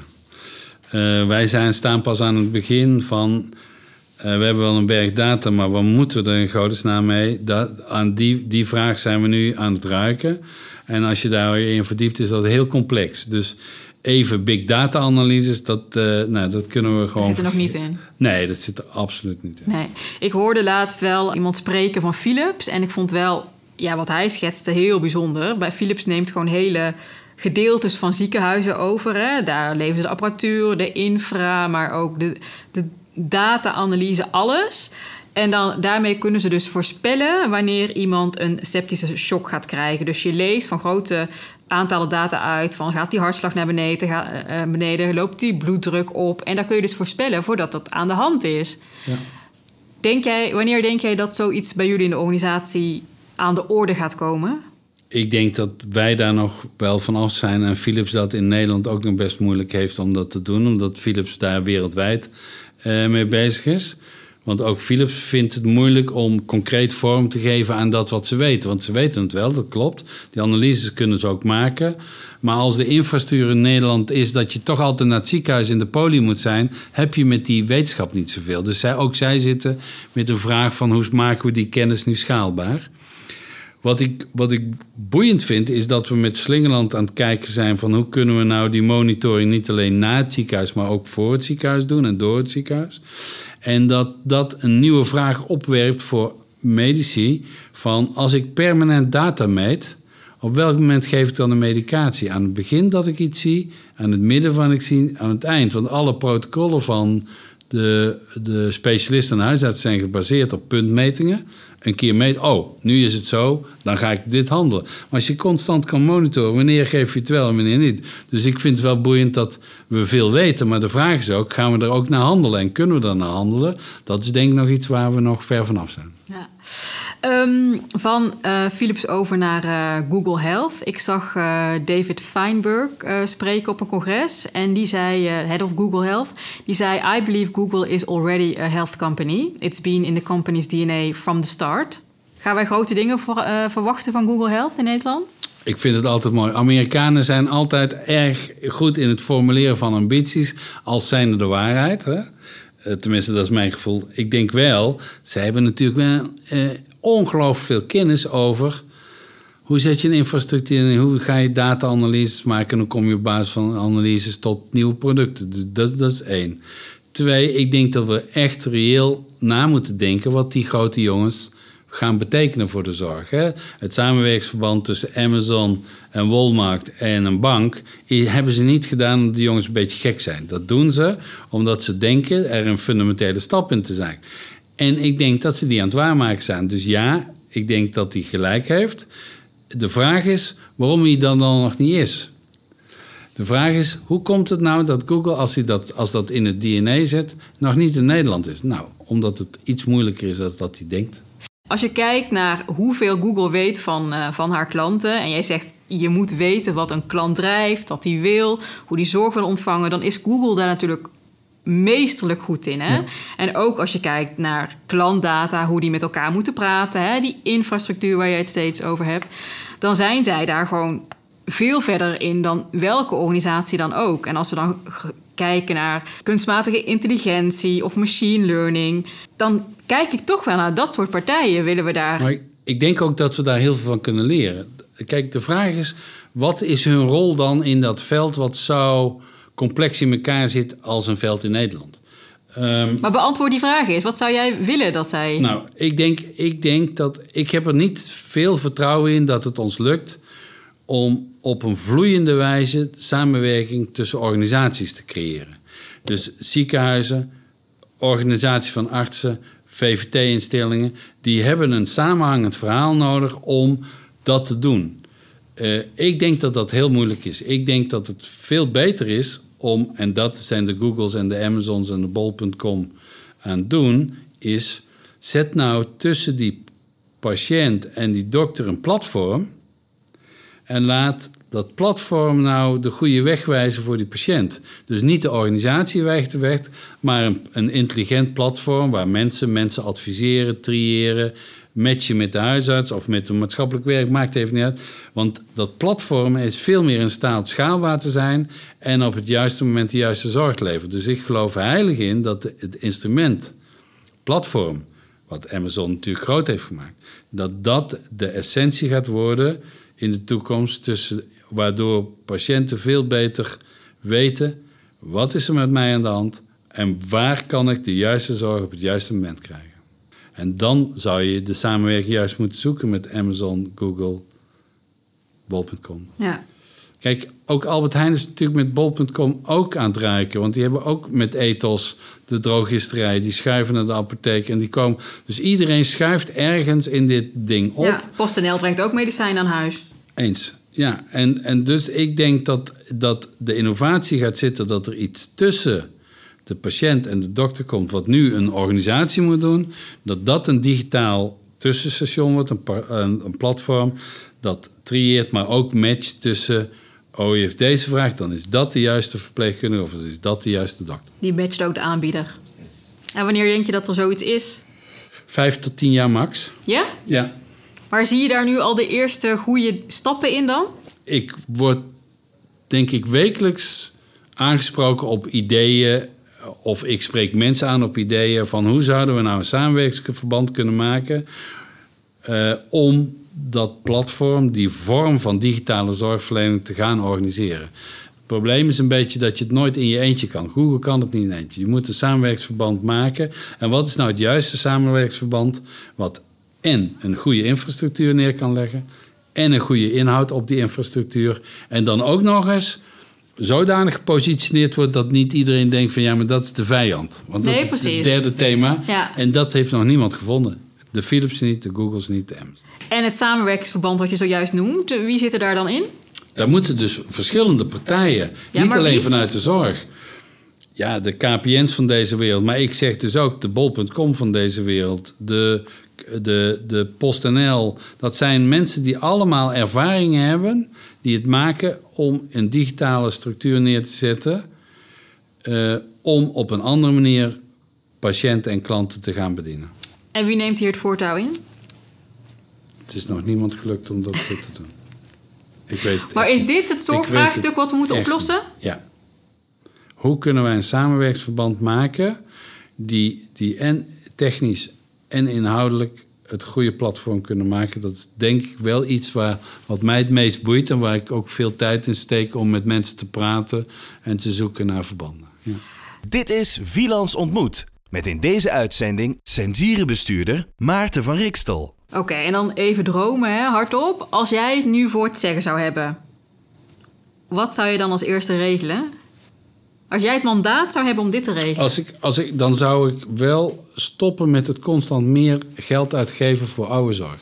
A: Uh, wij zijn, staan pas aan het begin van... Uh, we hebben wel een berg data, maar wat moeten we er in godesnaam mee? Dat, aan die, die vraag zijn we nu aan het ruiken. En als je daarin verdiept, is dat heel complex. Dus even big data analyses, dat, uh, nou, dat kunnen we gewoon...
C: Dat zit er nog niet in?
A: Nee, dat zit er absoluut niet in.
C: Nee. Ik hoorde laatst wel iemand spreken van Philips. En ik vond wel, ja, wat hij schetste, heel bijzonder. Bij Philips neemt gewoon hele gedeeltes van ziekenhuizen over. Hè. Daar leveren ze de apparatuur, de infra, maar ook de, de data-analyse, alles. En dan, daarmee kunnen ze dus voorspellen wanneer iemand een septische shock gaat krijgen. Dus je leest van grote aantallen data uit, van gaat die hartslag naar beneden, gaat, uh, beneden, loopt die bloeddruk op. En daar kun je dus voorspellen voordat dat aan de hand is. Ja. Denk jij, wanneer denk jij dat zoiets bij jullie in de organisatie aan de orde gaat komen?
A: Ik denk dat wij daar nog wel van af zijn en Philips dat in Nederland ook nog best moeilijk heeft om dat te doen, omdat Philips daar wereldwijd uh, mee bezig is. Want ook Philips vindt het moeilijk om concreet vorm te geven aan dat wat ze weten. Want ze weten het wel, dat klopt. Die analyses kunnen ze ook maken. Maar als de infrastructuur in Nederland is dat je toch altijd naar het ziekenhuis in de poli moet zijn, heb je met die wetenschap niet zoveel. Dus zij, ook zij zitten met de vraag van hoe maken we die kennis nu schaalbaar. Wat ik, wat ik boeiend vind is dat we met Slingeland aan het kijken zijn van hoe kunnen we nou die monitoring niet alleen na het ziekenhuis, maar ook voor het ziekenhuis doen en door het ziekenhuis. En dat dat een nieuwe vraag opwerpt voor medici van als ik permanent data meet, op welk moment geef ik dan een medicatie? Aan het begin dat ik iets zie, aan het midden van ik zie, aan het eind. Want alle protocollen van de, de specialisten en huisarts zijn gebaseerd op puntmetingen. Een keer meten, oh, nu is het zo, dan ga ik dit handelen. Maar als je constant kan monitoren, wanneer geef je het wel en wanneer niet. Dus ik vind het wel boeiend dat we veel weten. Maar de vraag is ook, gaan we er ook naar handelen? En kunnen we er naar handelen? Dat is denk ik nog iets waar we nog ver vanaf zijn.
C: Ja. Um, van uh, Philips over naar uh, Google Health. Ik zag uh, David Feinberg uh, spreken op een congres. En die zei, uh, head of Google Health, die zei... I believe Google is already a health company. It's been in the company's D N A from the start. Gaan wij grote dingen voor, uh, verwachten van Google Health in Nederland?
A: Ik vind het altijd mooi. Amerikanen zijn altijd erg goed in het formuleren van ambities... als zijnde de waarheid, hè? Tenminste, dat is mijn gevoel. Ik denk wel, zij hebben natuurlijk wel eh, ongelooflijk veel kennis over... hoe zet je een infrastructuur in, hoe ga je data-analyses maken... en dan kom je op basis van analyses tot nieuwe producten. Dus dat, dat is één. Twee, ik denk dat we echt reëel na moeten denken... wat die grote jongens gaan betekenen voor de zorg. Hè? Het samenwerkingsverband tussen Amazon en Walmart en een bank... hebben ze niet gedaan omdat de jongens een beetje gek zijn. Dat doen ze omdat ze denken er een fundamentele stap in te zijn. En ik denk dat ze die aan het waarmaken zijn. Dus ja, ik denk dat hij gelijk heeft. De vraag is waarom hij dan, dan nog niet is. De vraag is, hoe komt het nou dat Google, als, hij dat, als dat in het D N A zit... nog niet in Nederland is? Nou, omdat het iets moeilijker is dan dat hij denkt.
C: Als je kijkt naar hoeveel Google weet van, uh, van haar klanten... en jij zegt, je moet weten wat een klant drijft, wat hij wil... hoe die zorg wil ontvangen, dan is Google daar natuurlijk meesterlijk goed in. Hè? Ja. En ook als je kijkt naar klantdata, hoe die met elkaar moeten praten... Hè? Die infrastructuur waar je het steeds over hebt... dan zijn zij daar gewoon veel verder in dan welke organisatie dan ook. En als we dan g- kijken naar kunstmatige intelligentie of machine learning... dan kijk ik toch wel naar dat soort partijen. Willen we daar...
A: Maar ik denk ook dat we daar heel veel van kunnen leren. Kijk, de vraag is, wat is hun rol dan in dat veld... wat zo complex in elkaar zit als een veld in Nederland? Um,
C: maar beantwoord die vraag eens. Wat zou jij willen dat zij...
A: Nou, ik denk, ik denk dat... Ik heb er niet veel vertrouwen in dat het ons lukt... om op een vloeiende wijze samenwerking tussen organisaties te creëren. Dus ziekenhuizen, organisatie van artsen, V V T-instellingen... die hebben een samenhangend verhaal nodig om dat te doen. Uh, ik denk dat dat heel moeilijk is. Ik denk dat het veel beter is om... en dat zijn de Googles en de Amazons en de bol punt com aan het doen... is zet nou tussen die patiënt en die dokter een platform... en laat dat platform nou de goede weg wijzen voor die patiënt. Dus niet de organisatie wijst de weg, maar een, een intelligent platform... waar mensen mensen adviseren, triëren... matchen met de huisarts of met een maatschappelijk werk, maakt even niet uit. Want dat platform is veel meer in staat schaalbaar te zijn... en op het juiste moment de juiste zorg te leveren. Dus ik geloof er heilig in dat het instrument, platform... wat Amazon natuurlijk groot heeft gemaakt... dat dat de essentie gaat worden in de toekomst... Tussen, waardoor patiënten veel beter weten... wat is er met mij aan de hand... en waar kan ik de juiste zorg op het juiste moment krijgen. En dan zou je de samenwerking juist moeten zoeken met Amazon, Google, bol punt com.
C: Ja.
A: Kijk, ook Albert Heijn is natuurlijk met bol punt com ook aan het ruiken. Want die hebben ook met Ethos de drogisterij. Die schuiven naar de apotheek en die komen... Dus iedereen schuift ergens in dit ding op.
C: Ja, PostNL brengt ook medicijnen aan huis.
A: Eens, ja. En, en dus ik denk dat, dat de innovatie gaat zitten... dat er iets tussen de patiënt en de dokter komt... wat nu een organisatie moet doen... dat dat een digitaal tussenstation wordt, een, een, een platform... dat trieert, maar ook matcht tussen... oh, je heeft deze vraag, dan is dat de juiste verpleegkundige... of is dat de juiste dokter.
C: Die matcht ook de aanbieder. En wanneer denk je dat er zoiets is?
A: Vijf tot tien jaar max.
C: Ja?
A: Ja.
C: Maar zie je daar nu al de eerste goede stappen in dan?
A: Ik word, denk ik, wekelijks aangesproken op ideeën... of ik spreek mensen aan op ideeën van... hoe zouden we nou een samenwerkingsverband kunnen maken... Uh, om dat platform, die vorm van digitale zorgverlening te gaan organiseren. Het probleem is een beetje dat je het nooit in je eentje kan. Google kan het niet in eentje. Je moet een samenwerkingsverband maken. En wat is nou het juiste samenwerkingsverband... wat en een goede infrastructuur neer kan leggen... en een goede inhoud op die infrastructuur... en dan ook nog eens zodanig gepositioneerd wordt... dat niet iedereen denkt van ja, maar dat is de vijand. Want dat
C: nee,
A: is
C: precies.
A: het derde thema.
C: Ja. En
A: dat heeft nog niemand gevonden. De Philips niet, de Googles niet, de Amazon.
C: En het samenwerkingsverband wat je zojuist noemt, wie zit er daar dan in?
A: Daar moeten dus verschillende partijen, ja, niet alleen wie? Vanuit de zorg. Ja, de K P N's van deze wereld, maar ik zeg dus ook de bol punt com van deze wereld, de de, de PostNL. Dat zijn mensen die allemaal ervaringen hebben, die het maken om een digitale structuur neer te zetten, uh, om op een andere manier patiënten en klanten te gaan bedienen.
C: En wie neemt hier het voortouw in?
A: Het is nog niemand gelukt om dat goed te doen. Ik weet het
C: maar
A: echt.
C: is dit het zorgvraagstuk wat we moeten oplossen?
A: Niet. Ja. Hoe kunnen wij een samenwerkingsverband maken die, die en technisch en inhoudelijk het goede platform kunnen maken? Dat is denk ik wel iets waar, wat mij het meest boeit en waar ik ook veel tijd in steek om met mensen te praten en te zoeken naar verbanden. Ja.
B: Dit is Vilans Ontmoet. Met in deze uitzending Sensiere-bestuurder Maarten van Rikstel.
C: Oké, okay, en dan even dromen, hè, hardop. Als jij het nu voor het zeggen zou hebben, wat zou je dan als eerste regelen? Als jij het mandaat zou hebben om dit te regelen?
A: Als ik, als ik, dan zou ik wel stoppen met het constant meer geld uitgeven voor ouderenzorg.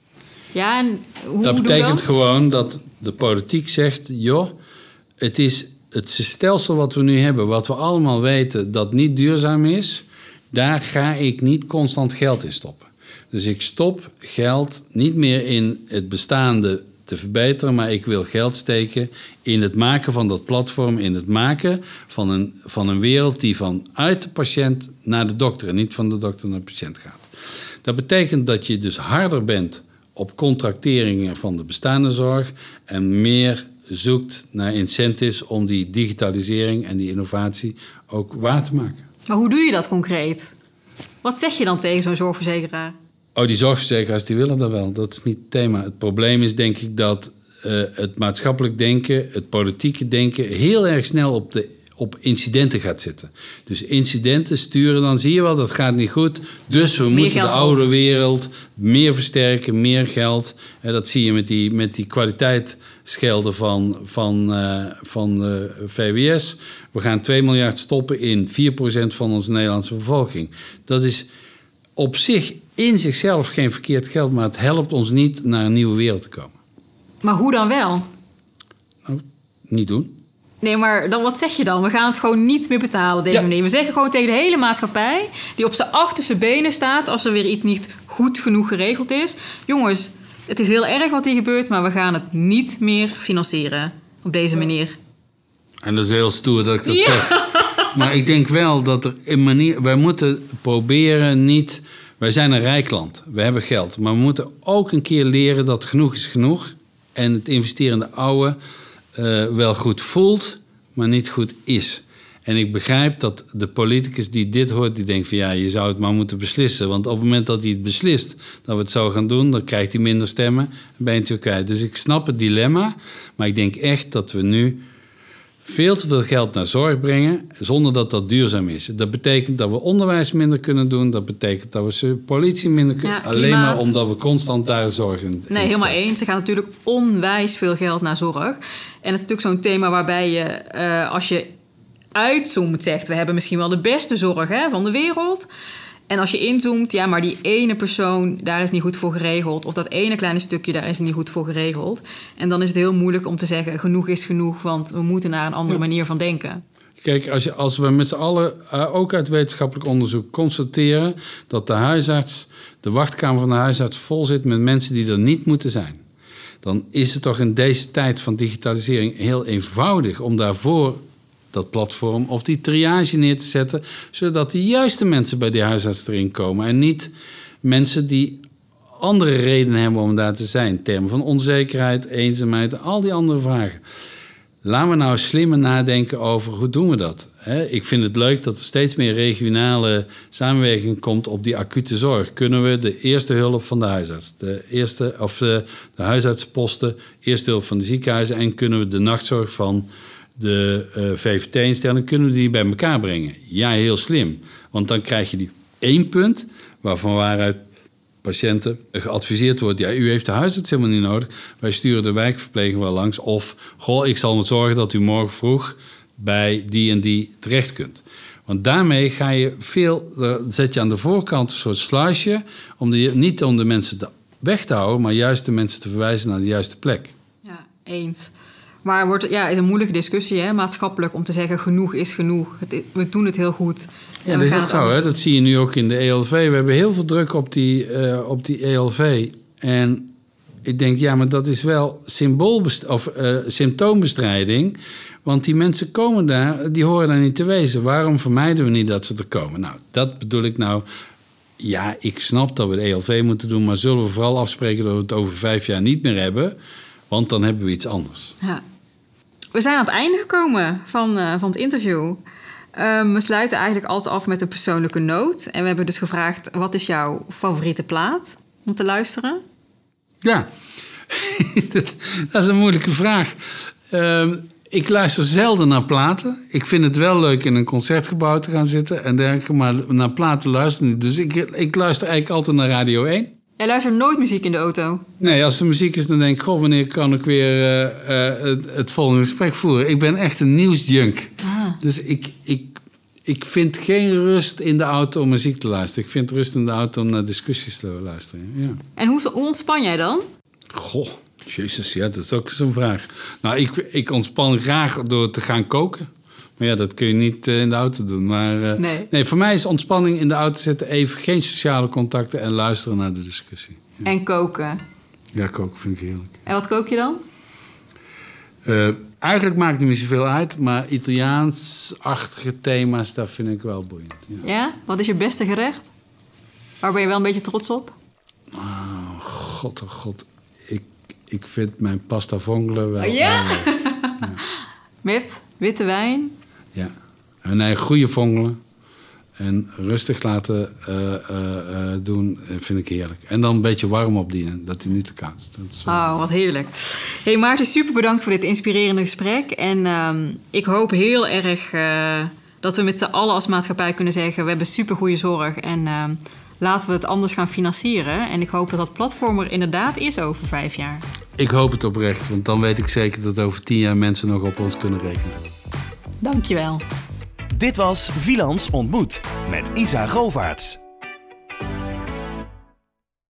C: Ja, en hoe
A: dat
C: doe
A: betekent
C: dat?
A: gewoon dat de politiek zegt, joh, het is het stelsel wat we nu hebben, wat we allemaal weten dat niet duurzaam is, daar ga ik niet constant geld in stoppen. Dus ik stop geld niet meer in het bestaande te verbeteren, maar ik wil geld steken in het maken van dat platform, in het maken van een, van een wereld die vanuit de patiënt naar de dokter en niet van de dokter naar de patiënt gaat. Dat betekent dat je dus harder bent op contracteringen van de bestaande zorg en meer zoekt naar incentives om die digitalisering en die innovatie ook waar te maken.
C: Maar hoe doe je dat concreet? Wat zeg je dan tegen zo'n zorgverzekeraar?
A: Oh, die zorgverzekeraars die willen dat wel. Dat is niet het thema. Het probleem is denk ik dat uh, het maatschappelijk denken, het politieke denken heel erg snel op, de, op incidenten gaat zitten. Dus incidenten sturen, dan zie je wel, dat gaat niet goed. Dus we meer moeten de oude op. wereld meer versterken, meer geld. Uh, dat zie je met die, met die kwaliteitsschelden van, van, uh, van uh, V W S. We gaan twee miljard stoppen in vier procent van onze Nederlandse bevolking. Dat is op zich in zichzelf geen verkeerd geld, maar het helpt ons niet naar een nieuwe wereld te komen.
C: Maar hoe dan wel?
A: Nou, niet doen.
C: Nee, maar dan, wat zeg je dan? We gaan het gewoon niet meer betalen op deze ja. manier. We zeggen gewoon tegen de hele maatschappij, die op zijn achterste benen staat als er weer iets niet goed genoeg geregeld is. Jongens, het is heel erg wat hier gebeurt, maar we gaan het niet meer financieren op deze ja. manier.
A: En dat is heel stoer dat ik dat
C: ja.
A: zeg. Maar ik denk wel dat er een manier... Wij moeten proberen niet... Wij zijn een rijk land. We hebben geld. Maar we moeten ook een keer leren dat genoeg is genoeg. En het investeren in de oude uh, wel goed voelt, maar niet goed is. En ik begrijp dat de politicus die dit hoort, die denkt van ja, je zou het maar moeten beslissen. Want op het moment dat hij het beslist dat we het zo gaan doen, dan krijgt hij minder stemmen en ben je natuurlijk kwijt. Dus ik snap het dilemma, maar ik denk echt dat we nu veel te veel geld naar zorg brengen zonder dat dat duurzaam is. Dat betekent dat we onderwijs minder kunnen doen. Dat betekent dat we politie minder kunnen... Ja, alleen maar omdat we constant daar zorgen in
C: Nee, helemaal eens. Er gaat natuurlijk onwijs veel geld naar zorg. En het is natuurlijk zo'n thema waarbij je, uh, als je uitzoomt, zegt, we hebben misschien wel de beste zorg hè, van de wereld. En als je inzoomt, ja, maar die ene persoon, daar is niet goed voor geregeld. Of dat ene kleine stukje, daar is niet goed voor geregeld. En dan is het heel moeilijk om te zeggen, genoeg is genoeg, want we moeten naar een andere ja. manier van denken.
A: Kijk, als, je, als we met z'n allen, uh, ook uit wetenschappelijk onderzoek, constateren dat de huisarts, de wachtkamer van de huisarts vol zit met mensen die er niet moeten zijn, dan is het toch in deze tijd van digitalisering heel eenvoudig om daarvoor dat platform of die triage neer te zetten, zodat de juiste mensen bij die huisarts erin komen en niet mensen die andere redenen hebben om daar te zijn, in termen van onzekerheid, eenzaamheid, al die andere vragen. Laten we nou slimmer nadenken over hoe doen we dat. Ik vind het leuk dat er steeds meer regionale samenwerking komt op die acute zorg. Kunnen we de eerste hulp van de huisarts, de, eerste, of de, de huisartsenposten, eerste hulp van de ziekenhuizen en kunnen we de nachtzorg van de uh, V V T-instelling, kunnen we die bij elkaar brengen? Ja, heel slim. Want dan krijg je die één punt waarvan waaruit patiënten geadviseerd wordt, ja, u heeft de huisarts helemaal niet nodig. Wij sturen de wijkverpleging wel langs. Of, goh, ik zal zorgen dat u morgen vroeg bij die en die terecht kunt. Want daarmee ga je veel, zet je aan de voorkant een soort sluisje, om de, niet om de mensen te, weg te houden, maar juist de mensen te verwijzen naar de juiste plek.
C: Ja, eens. Maar wordt, ja, is een moeilijke discussie, hè, maatschappelijk, om te zeggen genoeg is genoeg. Het, we doen het heel goed.
A: Ja, dat is ook zo. Hè? Dat zie je nu ook in de E L V. We hebben heel veel druk op die, uh, op die E L V. En ik denk, ja, maar dat is wel symboolbest- of, uh, symptoombestrijding. Want die mensen komen daar, die horen daar niet te wezen. Waarom vermijden we niet dat ze er komen? Nou, dat bedoel ik nou. Ja, ik snap dat we de E L V moeten doen, maar zullen we vooral afspreken dat we het over vijf jaar niet meer hebben? Want dan hebben we iets anders.
C: Ja. We zijn aan het einde gekomen van, uh, van het interview. Um, we sluiten eigenlijk altijd af met een persoonlijke noot. En we hebben dus gevraagd, wat is jouw favoriete plaat om te luisteren?
A: Ja, dat, dat is een moeilijke vraag. Um, ik luister zelden naar platen. Ik vind het wel leuk in een concertgebouw te gaan zitten en dergelijke, maar naar platen luisteren niet. Dus ik, ik luister eigenlijk altijd naar Radio één.
C: Jij luistert nooit muziek in de auto?
A: Nee, als er muziek is, dan denk ik, goh, wanneer kan ik weer uh, uh, het, het volgende gesprek voeren? Ik ben echt een nieuwsjunk. Ah. Dus ik, ik, ik vind geen rust in de auto om muziek te luisteren. Ik vind rust in de auto om naar discussies te luisteren. Ja.
C: En hoe, hoe ontspan jij dan?
A: Goh, jezus, ja, dat is ook zo'n vraag. Nou, ik, ik ontspan graag door te gaan koken. Maar ja, dat kun je niet uh, in de auto doen. Maar uh,
C: nee.
A: nee, voor mij is ontspanning in de auto zitten even geen sociale contacten en luisteren naar de discussie.
C: Ja. En koken?
A: Ja, koken vind ik heerlijk.
C: En wat kook je dan?
A: Uh, eigenlijk maakt het niet zoveel uit, maar Italiaans-achtige thema's, dat vind ik wel boeiend. Ja?
C: Ja? Wat is je beste gerecht? Waar ben je wel een beetje trots op?
A: Oh, god, oh god. Ik, ik vind mijn pasta vongole wel...
C: Oh, ja? Uh, ja? Met witte wijn?
A: Ja. En nee, goede vongelen. En rustig laten uh, uh, uh, doen, vind ik heerlijk. En dan een beetje warm opdienen, dat hij niet te koud is. Dat is wel...
C: Oh, wat heerlijk. Hey Maarten, super bedankt voor dit inspirerende gesprek. En uh, ik hoop heel erg uh, dat we met z'n allen als maatschappij kunnen zeggen... we hebben supergoeie zorg en uh, laten we het anders gaan financieren. En ik hoop dat dat platform er inderdaad is over vijf jaar.
A: Ik hoop het oprecht, want dan weet ik zeker dat over tien jaar mensen nog op ons kunnen rekenen.
C: Dankjewel.
B: Dit was Vilans Ontmoet met Isa Govaerts.